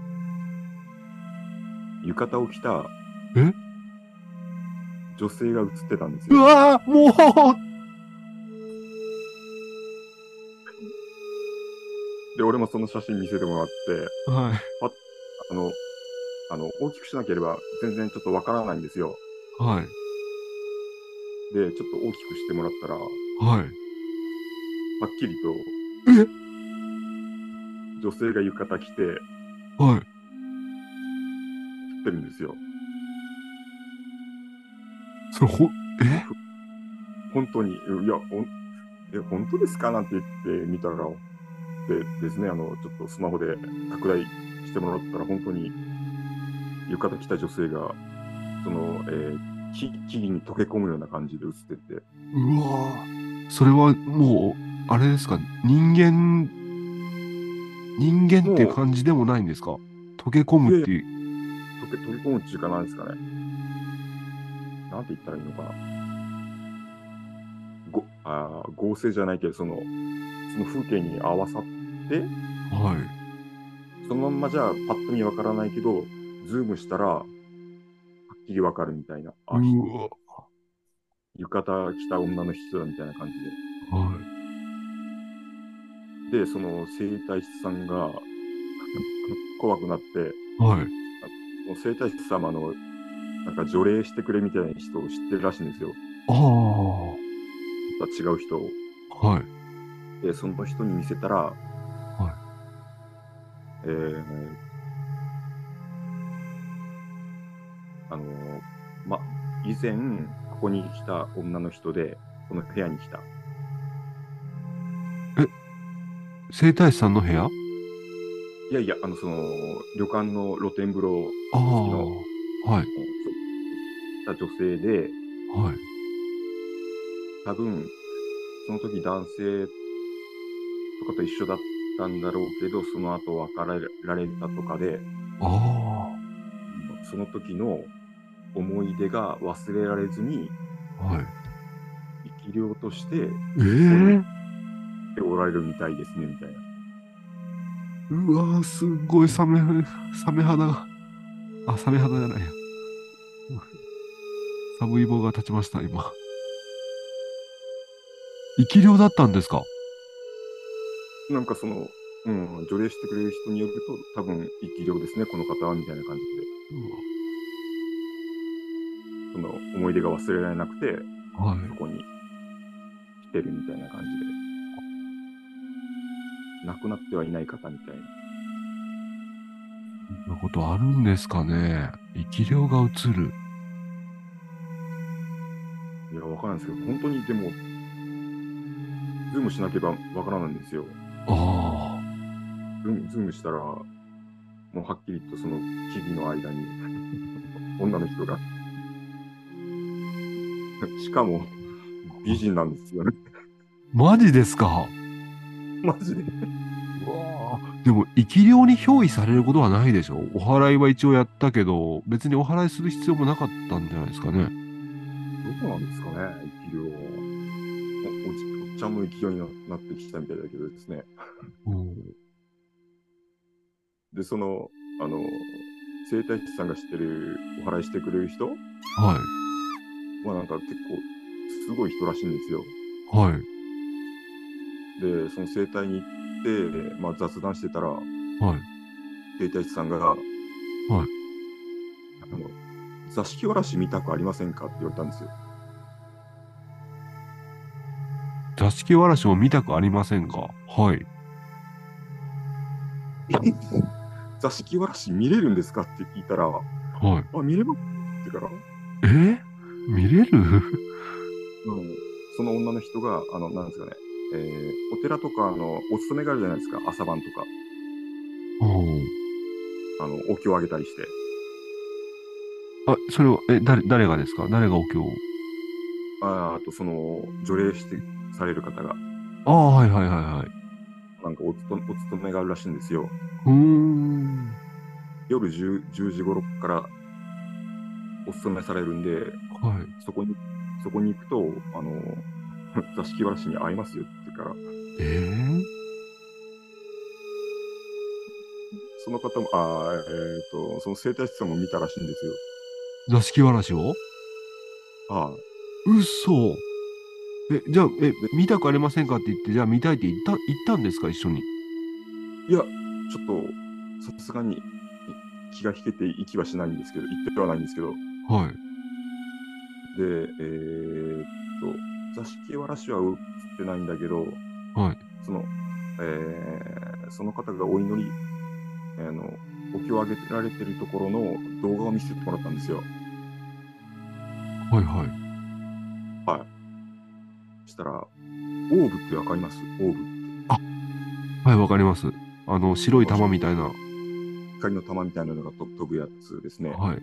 浴衣を着たえ女性が映ってたんですうよ。 わーもうで、俺もその写真見せてもらって、 はい。 ああの、あの、大きくしなければ全然ちょっとわからないんですよ。 はい。 で、ちょっと大きくしてもらったら、ははい。 っきりとえ女性が浴衣着て映はい。 ってるんですよ。 それほ、え本当に、いや、ほんえ、本当ですかなんて言ってみたら、でですね、あの、ちょっとスマホで拡大してもらったら、本当に浴衣着た女性が、その、えー木木々に溶け込むような感じで映ってて、 うわーそれはもう、あれですか、人間、人間っていうもう、 感じでもないんですか？溶け込いやいや、 むっていう。 溶け溶け込むっていうかなんですかね。なんて言ったらいいのかな。ごあー合成じゃないけど、その、その風景に合わさって、 はい。 そのまんまじゃパッと見わからないけど、ズームしたら、はっきりわかるみたいな。あ、 うひわ浴衣着た女の人だみたいな感じはで。で、その整体師さんが怖くなって、 い。はい。 その整体師様のなんか除霊してくれみたいな人を知ってるらしいんですよ。 あまた違う人を。 あ、はい。 で、その人に見せたら、 はい。 えー、あのーま、以前、ここに来た女の人で、この部屋に来た。 整体師さんの部屋？ いやいや、あの、その、旅館の露天風呂あ付きの、 あ、はい。 た女性で、 はい。 多分、その時男性とかと一緒だったんだろうけど、その後別れられたとかで、 あその時の思い出が忘れられずに、 あ、はい。 生き量としてええでおられるみたいですね、みたいな。 うわーすっごいサメ、サメ肌が。あ、サメ肌じゃないや。サブイボが立ちました、今。生き量だったんですか？ なんかその、うん、除霊してくれる人によると、多分生き量ですね、この方は、みたいな感じで。 うわその思い出が忘れられなくて、 はそこに来てるみたいな感じで、亡くなってはいない方みたいな。 い。そんなことあるんですかね。生き量が映る。 いや、わからないですけど、本当にでも、ズームしなければわからないんですよ。 あズーム、ズームしたら、もうはっきりとその木々の間に女の人が、しかも美人なんですよね。 あ、マジですか。 マジで。 うわあ、でも生き量に憑依されることはないでしょ。お祓いは一応やったけど、別にお祓いする必要もなかったんじゃないですかね。 どこなんですかね、生き量。お、おじ、おっちゃんも生き量にななってきたみたいだけどですね。 うんで、その、あの、整体師さんが知ってるお祓いしてくれる人ははなんか結構すごい人らしいんですよ。 い。はい。 で、その整体に行って、まあ、雑談してたら、 はい。 整体師さんが、あの、座敷わらし見たくありませんかって言われたんですよ。 座敷わらしを見たくありませんか。はい。 座敷わらし見れるんですかって聞いたら、あ、 はい。 見れますって言うから、 え見れるうん、その女の人が、あの、なんですかね、えーお寺とか、あの、お勤めがあるじゃないですか、朝晩とか、 うんあの、お経をあげたりして。 あ、それは、え、誰、誰がですか。誰がお経を。 ああと、その、除霊してされる方が、 ああ、はいはいはいはい。 なんかおつと、お勤めがあるらしいんですよ。 うーん。 夜じゅう、じゅうじ頃からお勤めされるんで、 はい。 そこに、そこに行くと、あの、座敷わらしに会いますよって言うから、 えー、 その方も、ああ、えっと、その整体師さんも見たらしいんですよ。 座敷わらしを。 は嘘。え、じゃあ、え、 で見たくありませんかって言って、じゃあ見たいって言った、言ったんですか、一緒に。 い。いや、ちょっと、さすがに気が引けて息はしないんですけど、言ってはないんですけど、 はい。 で、えーっと、座敷わらしは映ってないんだけど、 はい。 その、えーその方がお祈り、あの、お経をあげられてるところの動画を見せてもらったんですよ。 はいはい。 はい。そしたら、オーブってわかります？オーブって。 はい、わかります。あの、白い玉みたいな。は光の玉みたいなのがと飛ぶやつですね。 い。 はい。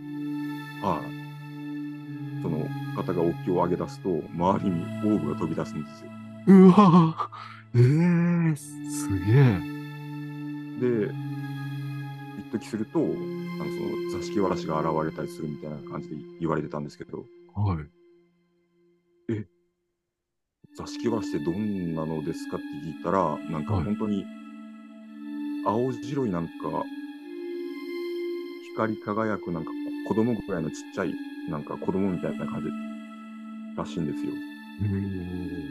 その方がお経を上げ出すと、周りにオーブが飛び出すんですよ。 うわーえー、すげえ。 で、一時すると、あのその座敷わらしが現れたりするみたいな感じで言われてたんですけど、 はい。 え、座敷わらしってどんなのですかって聞いたら、なんか本当に青白いなんか光り輝くなんか子供ぐらいのちっちゃいなんか子供みたいな感じらしいんですよ。 うーん。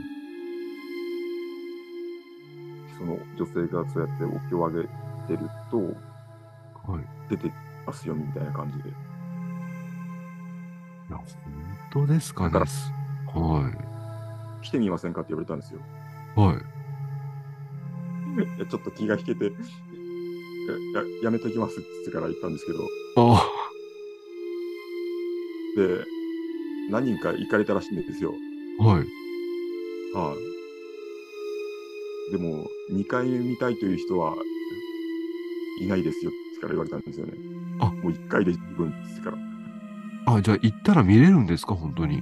その女性がそうやってお経をあげてるとはい。 出てきますよみたいな感じで。 いや、本当ですかね。 だからは来てみませんかって言われたんですよ。 い。はい。 いやちょっと気が引けて、やややめときますって言ってから言ったんですけど、 あで、何人か行かれたらしいんですよ。 はい。 はい。でも、にかいめ見たいという人はいないですよってから言われたんですよね。 あもういっかいで十分って言ってから。 あ、じゃあ行ったら見れるんですか、本当に。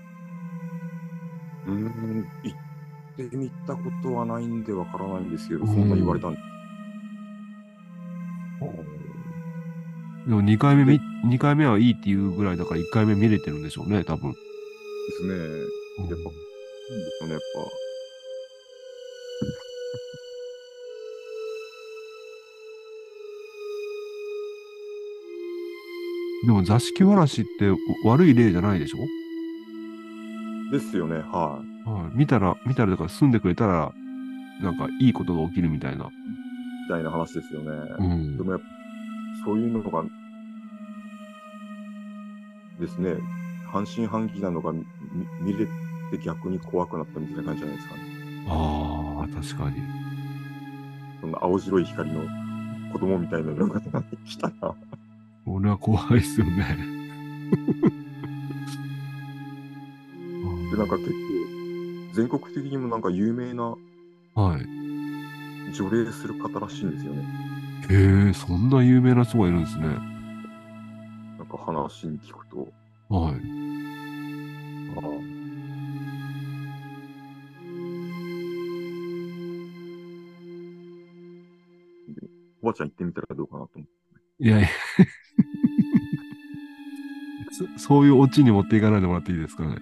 うーん、行ってみたことはないんでわからないんですけど、 うんそんな言われたんで。 でもにかいめみ、にかいめはいいっていうぐらいだからいっかいめ見れてるんでしょうね、多分。 ですね。やっぱ、いいんですよね、やっぱ。 でも座敷わらしって悪い例じゃないでしょ。 ですよね、ははい。見たら、見たらだから住んでくれたら、なんかいいことが起きるみたいな。 い。みたいな話ですよね。 うんでもやっぱ、そういうのが、ですね、 半信半疑なのが見見れて逆に怖くなったみたいな感じじゃないですかね。 ああ、確かに。 そんな青白い光の子供みたいなのが来たら。 俺は怖いっすよね。 で、なんか結構、全国的にもなんか有名なはい。 除霊する方らしいんですよね。 へえ、そんな有名な人がいるんですね。 なんか話に聞くと。 はい。 ああおばあちゃん行ってみたらどうかなと思って。 いやいやそ、そういうオチに持っていかないでもらっていいですかね。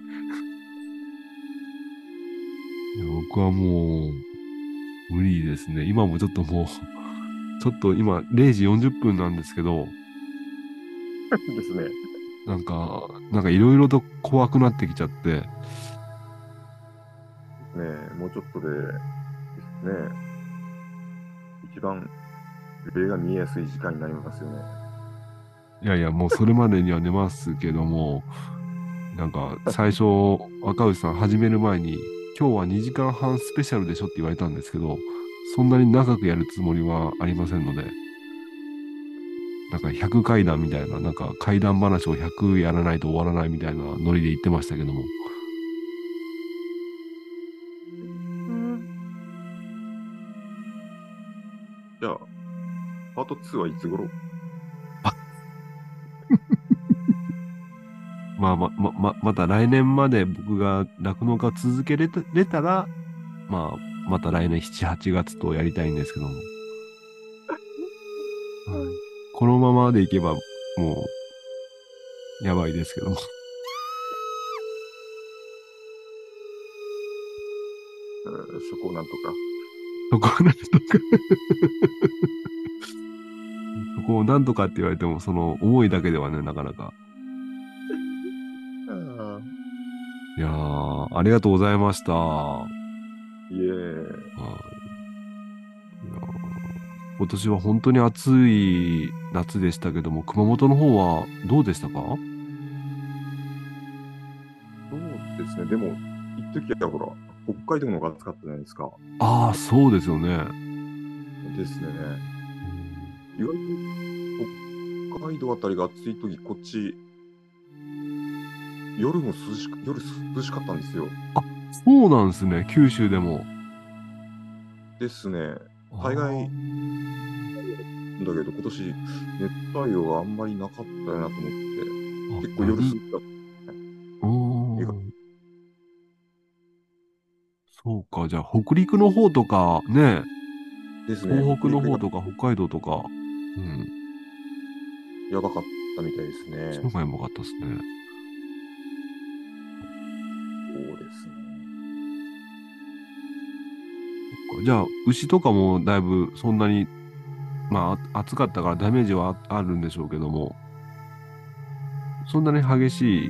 いや僕はもう、無理ですね。今もちょっともう、ちょっと今、れいじよんじゅっぷんなんですけど、 ですね。 なんか、なんかいろいろと怖くなってきちゃって、 ねえ、もうちょっとで、ですね、一番霊が見えやすい時間になりますよね。 いやいや、もうそれまでには寝ますけども、なんか最初、赤内さん始める前に、今日はにじかんはんスペシャルでしょって言われたんですけど、そんなに長くやるつもりはありませんので、なんかひゃくかいだんみたいな、なんか怪談話をひゃくやらないと終わらないみたいなノリで言ってましたけども。 じゃあ、パートツーはいつ頃？ まあま、ま、ま、また来年まで僕が酪農家続けれた、れたら、まあ、また来年しち、はちがつとやりたいんですけども。はい、このままでいけば、もう、やばいですけども。 えーそこをなんとか。 そこをなんとかそこをなんとかって言われても、その思いだけではね、なかなか。いやー、ありがとうございました。 いえ、 はいいやー今年は本当に暑い夏でしたけども、熊本の方はどうでしたか？ そうですね。でも、一時はほら、北海道の方が暑かったじゃないですか。 ああ、そうですよね。 ですね。意外と北海道あたりが暑い時、こっち、夜も涼しく、夜涼しかったんですよ。 そうなんですね、九州でも。 ですね。 あー大概、だけど今年、熱帯夜があんまりなかったよなと思って、結構夜涼しかった。 うー意外ん。そうか、じゃあ北陸の方とかね、 ですね。 東北の北陸が方とか北海道とか、うん、 やばかったみたいですね。 その方がやばかったですね。 そうですね。 そっかじゃあ牛とかもだいぶそんなに、まああ暑かったからダメージはああるんでしょうけども、そんなに激しい、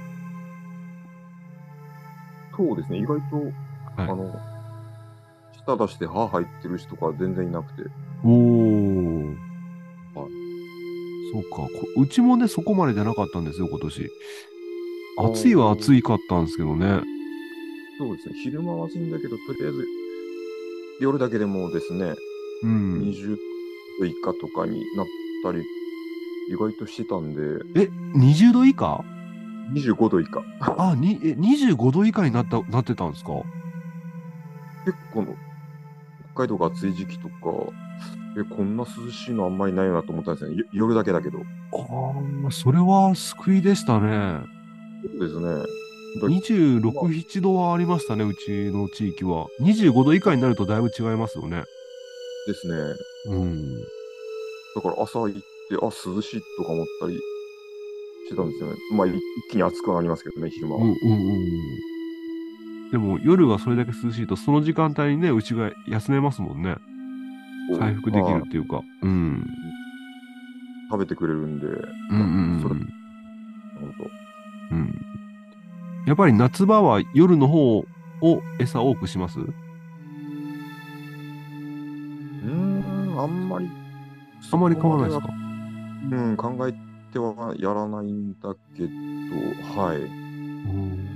そうですね。意外と、あはい。 の、舌出して歯入ってる人とか全然いなくて。 おー、 はいそうか。こうちもね、そこまでじゃなかったんですよ、今年。 あー暑いは暑いかったんですけどね。 そうですね。昼間は暑いんだけど、とりあえず、夜だけでもですね、 うん。 にじゅうど以下とかになったり、意外としてたんで、 え、にじゅうど以下？ にじゅうごど以下。 あ、に、え、にじゅうごど以下になった、なってたんですか？ 結構の、北海道が暑い時期とか、え、こんな涼しいのあんまりないなと思ったんですね。よ夜だけだけど。 ああ、それは救いでしたね。 そうですね。だにじゅうろく、ななどはありましたね、うちの地域は。にじゅうごど以下になるとだいぶ違いますよね。 ですね。 うん。 だから朝行って、あ、涼しいとか思ったりしてたんですよね。まあ、一気に暑くなりますけどね、昼間は。 うんうんうんうん。でも夜はそれだけ涼しいと、その時間帯にね、うちが休めますもんね。回復できるあっていうか。うん。 食べてくれるんで、 うんうんそれ、 うん本うん。うん。やっぱり夏場は夜の方を餌多くします？ 当。うーん、あんまり、 あまり変わらないですか？ うん、考えてはやらないんだけど、はい。 うん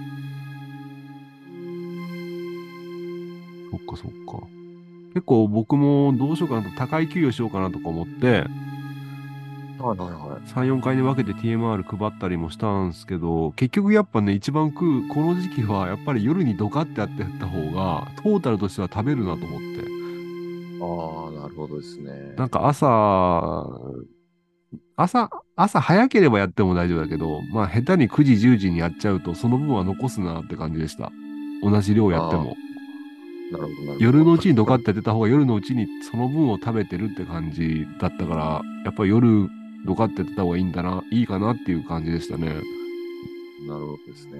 そっかそっか。結構僕もどうしようかなと、高い給与しようかなとか思って、 はいはいはい。 さん、よんかいに分けて ティーエムアール 配ったりもしたんですけど、結局やっぱね、一番食う、この時期はやっぱり夜にドカってやってった方が、トータルとしては食べるなと思って。 ああ、なるほどですね。 なんか朝、朝、朝早ければやっても大丈夫だけど、まあ下手にくじ、じゅうじにやっちゃうと、その分は残すなって感じでした。同じ量やってああ、 も。 なるほどなるほど。 夜のうちにド確かに。 カってやってた方が夜のうちにその分を食べてるって感じだったから、やっぱり夜ドカってやってた方がいいんだな、いいかなっていう感じでしたね。 なるほどですね。 うん。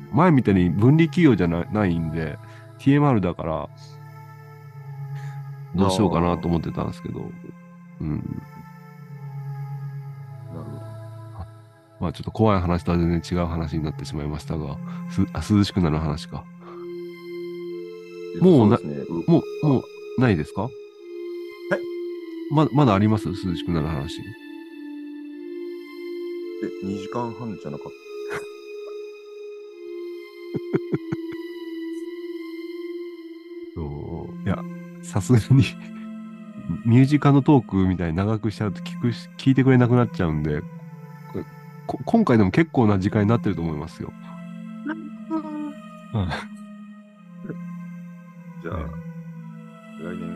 前みたいに分離企業じゃな、ないんで、ティーエムアール だからあどうしようかなと思あ、 ってたんですけど、うん。 なるほど。 まあちょっと怖い話とは全然違う話になってしまいましたが、す、あ、涼しくなる話か。 良さもうな、 そうですね。うもう、もあ、 うないですか？ はい。 ま、まだあります涼しくなる話。 え、にじかんはんじゃなかっそういや、さすがにミュージカルのトークみたいに長くしちゃうと聞くし、聞いてくれなくなっちゃうんで、これこ今回でも結構な時間になってると思いますよ。はた。じゃあ、 い。 来年、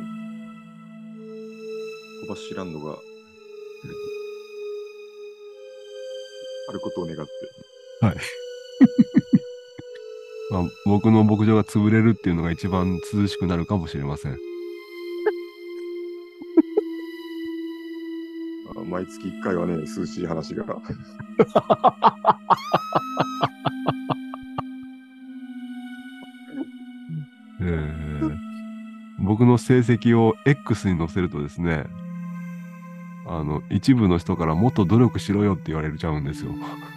小柱ランドがあることを願って。 はい。まあ、僕の牧場が潰れるっていうのが一番涼しくなるかもしれません。 あ毎月いっかいはね、涼しい話が。 えー僕の成績を X に載せるとですね、あの、一部の人からもっと努力しろよって言われちゃうんですよ。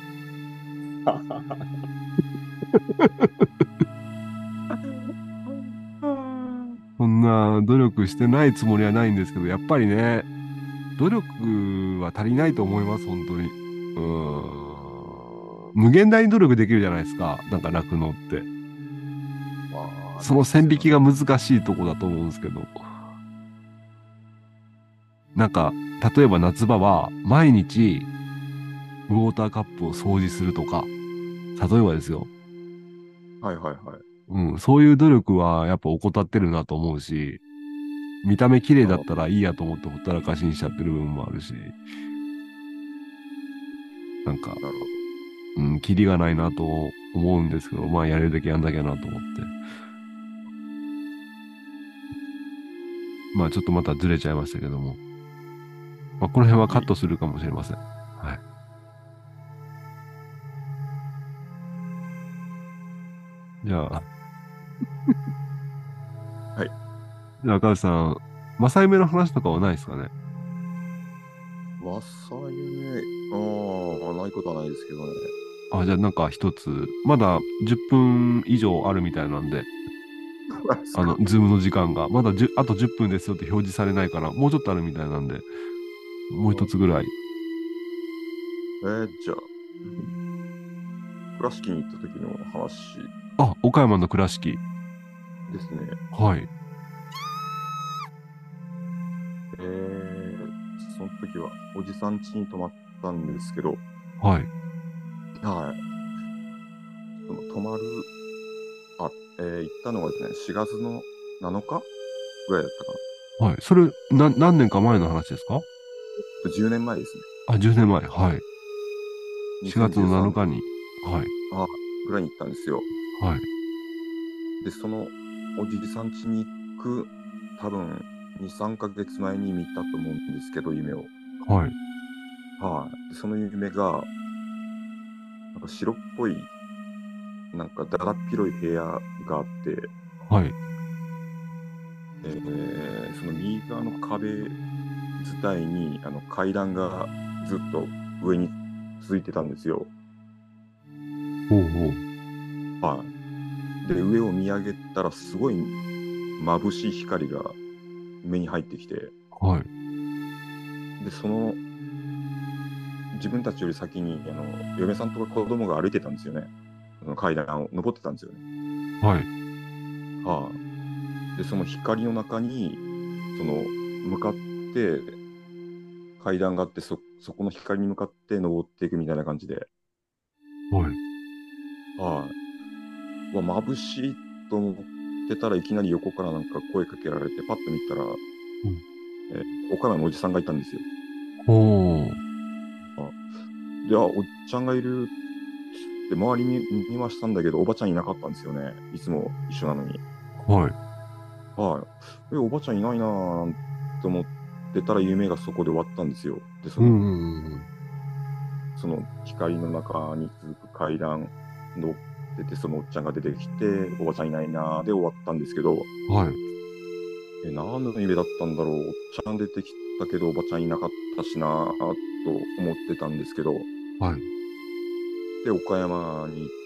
そんな努力してないつもりはないんですけど、やっぱりね、努力は足りないと思います、本当に。うーん。無限大に努力できるじゃないですか、なんか酪農って。 まあ、 その線引きが難しいとこだと思うんですけど。なんか、例えば夏場は毎日ウォーターカップを掃除するとか、例えばですよ。 はいはいはい。 うん、そういう努力はやっぱ怠ってるなと思うし、見た目綺麗だっあ、 たらいいやと思ってほったらかしにしちゃってる部分もあるし、なんか、 なるほうん、キリがないなと思うんですけど、まあやれるだけやんなきゃなと思って。まあちょっとまたずれちゃいましたけども。まあこの辺はど。いい。 カットするかもしれません。はい。じゃあ、 はい。 じゃあ赤内さん、マサイメの話とかはないですかね？ マサユメ、ああ、ないことはないですけどね。 あ、じゃあなんか一つ、まだじゅっぷん以上あるみたいなんで、あの、ズームの時間が、まだじゅあとじゅっぷんですよって表示されないから、もうちょっとあるみたいなんで、もう一つぐらい。 えー、じゃあ、倉敷に行った時の話あ、岡山の倉敷。 ですね。 はい。 えー、その時はおじさん家に泊まったんですけど、 はい。 はい。その泊まる、あ、えー、行ったのはですね、しがつのなのかぐらいだったかはい。それ、な、何年か前の話ですか？ な。じゅうねんまえですね。 あ、じゅうねんまえ。はい。しがつの7 にせんじゅうさん日に。はい。 あぐらいに行ったんですよ。 はい。 で、そのおじさん家に行く、多分に、さんかげつまえに見たと思うんですけど、夢を。 はい。 はい。でその夢が、なんか白っぽい、なんかだだっ広い部屋があって、 はい。 えーその右側の壁伝いにあの階段がずっと上に続いてたんですよ。 ほうほう。 はい。で、上を見上げたらすごい眩しい光が目に入ってきて、 はい。 で、その自分たちより先にあの嫁さんとか子供が歩いてたんですよね。その階段を登ってたんですよね。 はい。 はあ、で、その光の中に、その向かって階段があって、そ、そこの光に向かって登っていくみたいな感じで、 はい。 はい、うわ、眩しいと思ってたらいきなり横からなんか声かけられて、パッと見たら、え岡山のおじさんがいたんですよ。 おー。 で、あ、おっちゃんがいるって周りに見ましたんだけど、おばちゃんいなかったんですよね。いつも一緒なのに。 はい。 はい。え、おばちゃんいないなぁと思ってたら夢がそこで終わったんですよ。で、その、 うんうんうん。 その光の中に続く階段乗ってて、そのおっちゃんが出てきて、おばちゃんいないなぁで終わったんですけど、 はい。 え、何の夢だったんだろう。おっちゃん出てきたけど、おばちゃんいなかったしなぁと思ってたんですけど、 はい。 で、岡山に行って、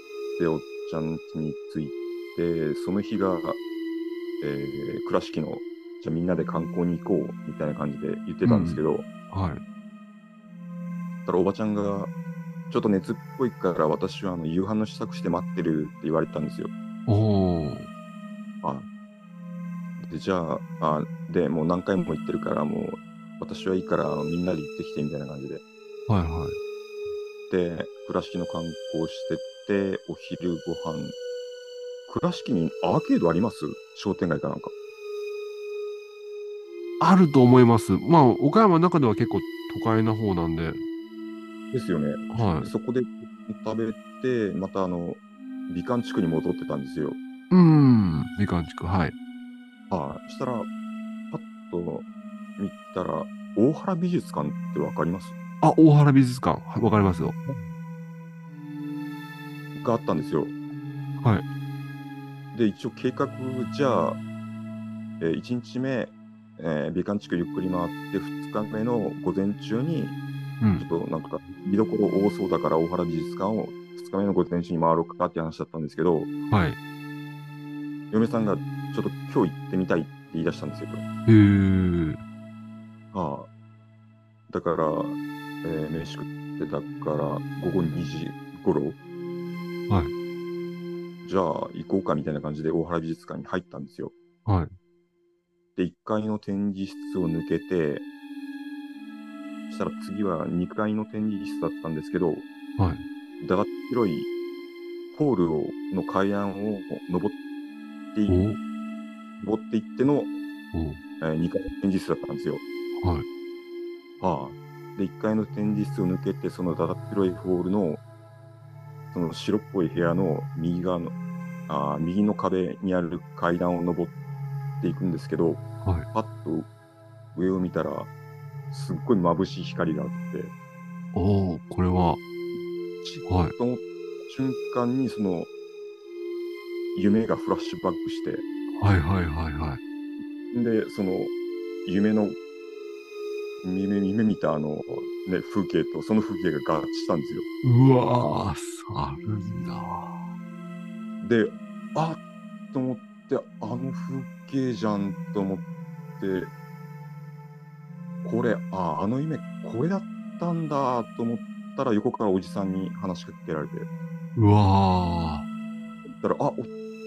おっちゃん家に着いて、その日が、えー倉敷の、じゃあみんなで観光に行こうみたいな感じで言ってたんですけど、 はい。 ただおばちゃんが、ちょっと熱っぽいから私はあの夕飯の支度して待ってるって言われたんですよ。 おー。 あで、じゃあ、あで、もう何回も言ってるから、もう私はいいからあのみんなで行ってきてみたいな感じで。 はいはい。 で、倉敷の観光してって、お昼ご飯、倉敷にアーケードあります？商店街かなんか。 あると思います。まあ、岡山の中では結構都会な方なんで。 ですよね。 はでそこで食べて、またあの、美観地区に戻ってたんですよ。 い。うーん。美観地区。はい。 はい。したら、パッと見たら、大原美術館ってわかります？ あ、大原美術館。はいわかりますよ。 があったんですよ。 はい。 で、一応計画じゃあ、えー、いちにちめ、えー美観地区ゆっくり回って、ふつかめの午前中に、 うん。 ちょっとなんか見どころ多そうだから大原美術館をふつかめの午前中に回ろうかって話だったんですけど、 はい。 嫁さんがちょっと今日行ってみたいって言い出したんですよ。 へー。 はあ、だから、えー飯食ってたから午後にじ頃、 はい。 じゃあ行こうかみたいな感じで大原美術館に入ったんですよ。 はい。 で、いっかいの展示室を抜けて、そしたら次はにかいの展示室だったんですけど、 はい。 だが広いホールをの階段を登っていお登っていっての、 おえーにかいの展示室だったんですよ。 はい。 はあ、で、いっかいの展示室を抜けて、そのだだっ広いホールの、その白っぽい部屋の右側の、あー右の壁にある階段を登っていくんですけど、 はい。 パッと上を見たら、すっごい眩しい光があって、 おお、これは、はい。 その瞬間にその夢がフラッシュバックして、 はいはいはいはい。 で、その夢の、夢、夢見たあの、ね、風景とその風景が合致したんですよ。 うわー、あるんだ。 で、あっと思って、あの風景じゃんと思って、これ、あ、あの夢、これだったんだと思ったら、横からおじさんに話しかけられて、 うわだから、あ、お、おっ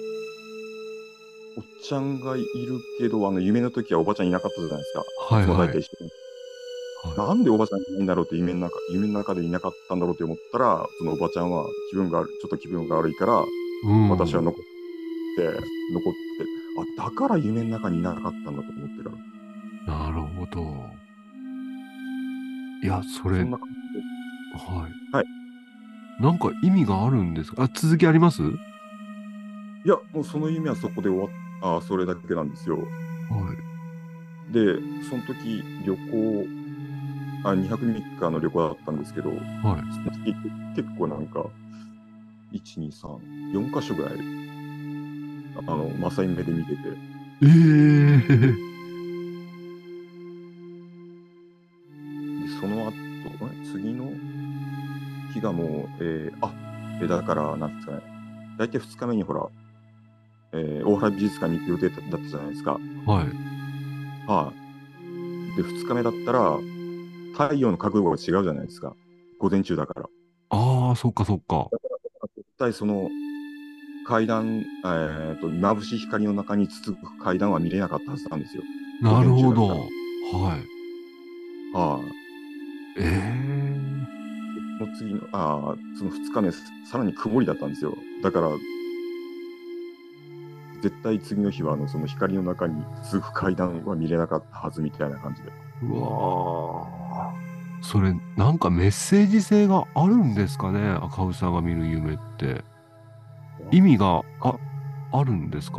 ちゃんがいるけど、あの夢の時はおばちゃんいなかったじゃないですか。 ー。はいはい。 いつも大体一緒に。 はなんでおばちゃんいないんだろうって夢の中、夢の中でいなかったんだろうって思ったら、そのおばちゃんは気分が、ちょっと気分が悪いから、 い。うん。 私は残って、残って、あ、だから夢の中にいなかったんだと思ってたら。 なるほど。いや、それ、 そんな感はい。 はい。 なんか意味があるんですか？あ、続きあります？はい。 じ。いや、もうその夢はそこで終わっあ、それだけなんですよ。で、その時、旅行、あ、にはくみっかの旅行だったんですけど、 はい。 その時結構なんか、いち、に、さん、よんかしょぐらい、あの、マサイ目で見てて、 ええー。 で、その後、え次の日がもう、えーあ、えだから、なんですかね、大体ふつかめにほら、えー大原美術館に行く予定だったじゃないですか。 はい。 はい。で、ふつかめだったら、太陽の角度が違うじゃないですか。 午前中だから。 ああ、そっかそっか。 絶対その階段、えっと、眩しい光の中に続く階段は見れなかったはずなんですよ。 なるほど。 午前中だっはい。 たらはい。 ええその次の、ああ、そのふつかめ、さらに曇りだったんですよ。だから、絶対次の日は、あの、その光の中に続く階段は見れなかったはずみたいな感じで。 うわー、それ、なんかメッセージ性があるんですかね、赤羽さんが見る夢って。意味があ、あるんですか？ い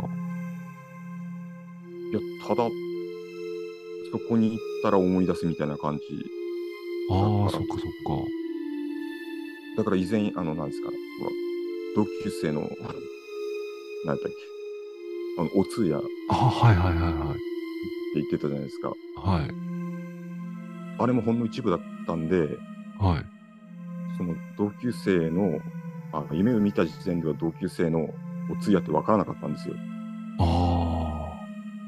や、ただ、そこに行ったら思い出すみたいな感じ。 ああ、 だからそっかそっか。 だから以前、あの、なんですか、ほら同級生の、何だっけ、あの、お通夜ってあ、はいはいはいはい。 言ってたじゃないですか。 はい。 あれもほんの一部だったんで、 はい。 その同級生の、あ夢を見た時点では同級生のお通夜って分からなかったんですよ。 あ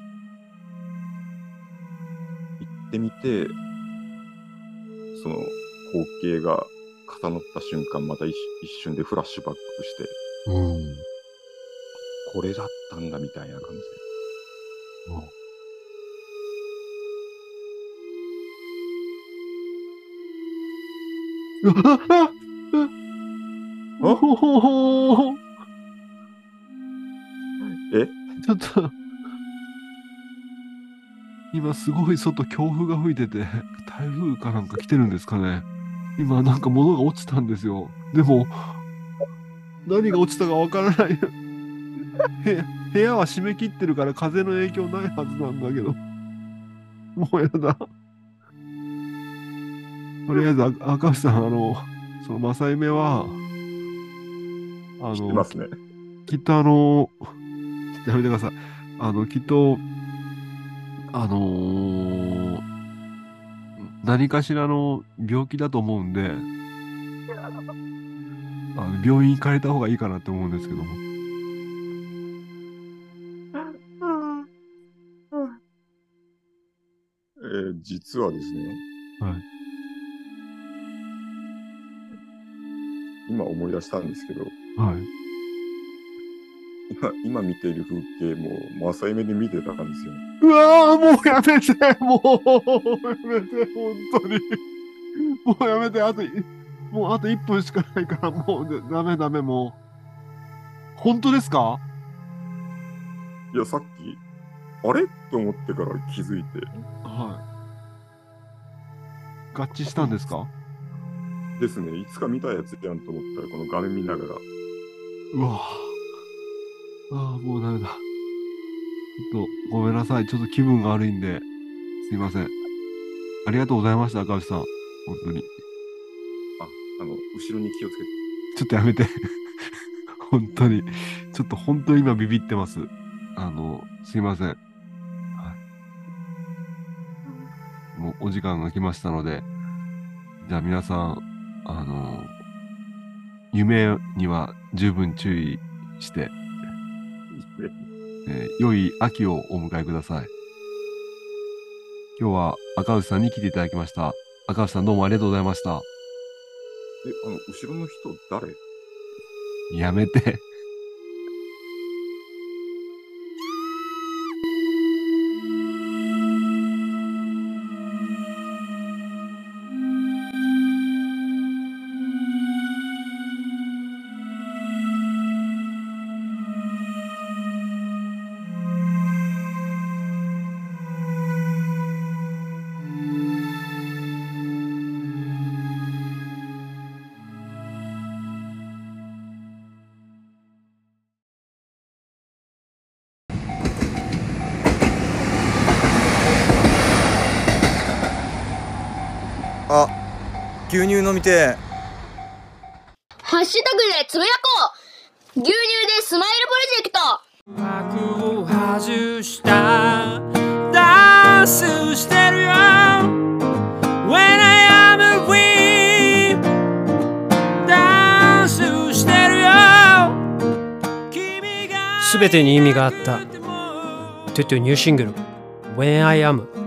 行ってみて、その光景が重なった瞬間、また一一瞬でフラッシュバックして、 あ、うん。 これだったんだみたいな感じで。 うわあおあほほほえちょっと、今すごい外強風が吹いてて、台風かなんか来てるんですかね。今なんか物が落ちたんですよ。でも、何が落ちたかわからない。部屋部屋は閉め切ってるから風の影響ないはずなんだけど。もうやだ。とりあえず、あ赤星さん、あの、その正夢は、あの、 知ってますね。 きっとあの、やめてください。あの、きっと、あのー何かしらの病気だと思うんで、あの病院行かれた方がいいかなって思うんですけども。 えー実はですね、 はい。 今思い出したんですけど、 はい。 今、今見ている風景も正夢で見てたんですよ。 うわー、もうやめて、もうやめて、本当に。もうやめて、あと、もうあといっぷんしかないから、もうでダメダメ、もう。本当ですか？ いや、さっき、あれと思ってから気づいて、 はい。合致したんですか？ ですね、いつか見たやつやんと思ったら、この画面見ながら、 うわああ、もうダメだ。ちょっと、ごめんなさい。ちょっと気分が悪いんで、すいません。ありがとうございました、赤星さん。本当に。 あ、あの、後ろに気をつけて。 ちょっとやめて。本当に。ちょっと本当に今ビビってます。あの、すいません。はい、もうお時間が来ましたので、じゃあ皆さん、あの、夢には十分注意して、えー良い秋をお迎えください。今日は赤星さんに来ていただきました。赤星さんどうもありがとうございました。 え、あの、後ろの人誰？ やめて。 あ、牛乳飲みてえ。 ハッシュタグでつぶやこう。牛乳でスマイルプロジェクト。 幕を外したダンスしてるよ When I am free ダンスしてるよすべてに意味があったトゥトゥニューシングル When I am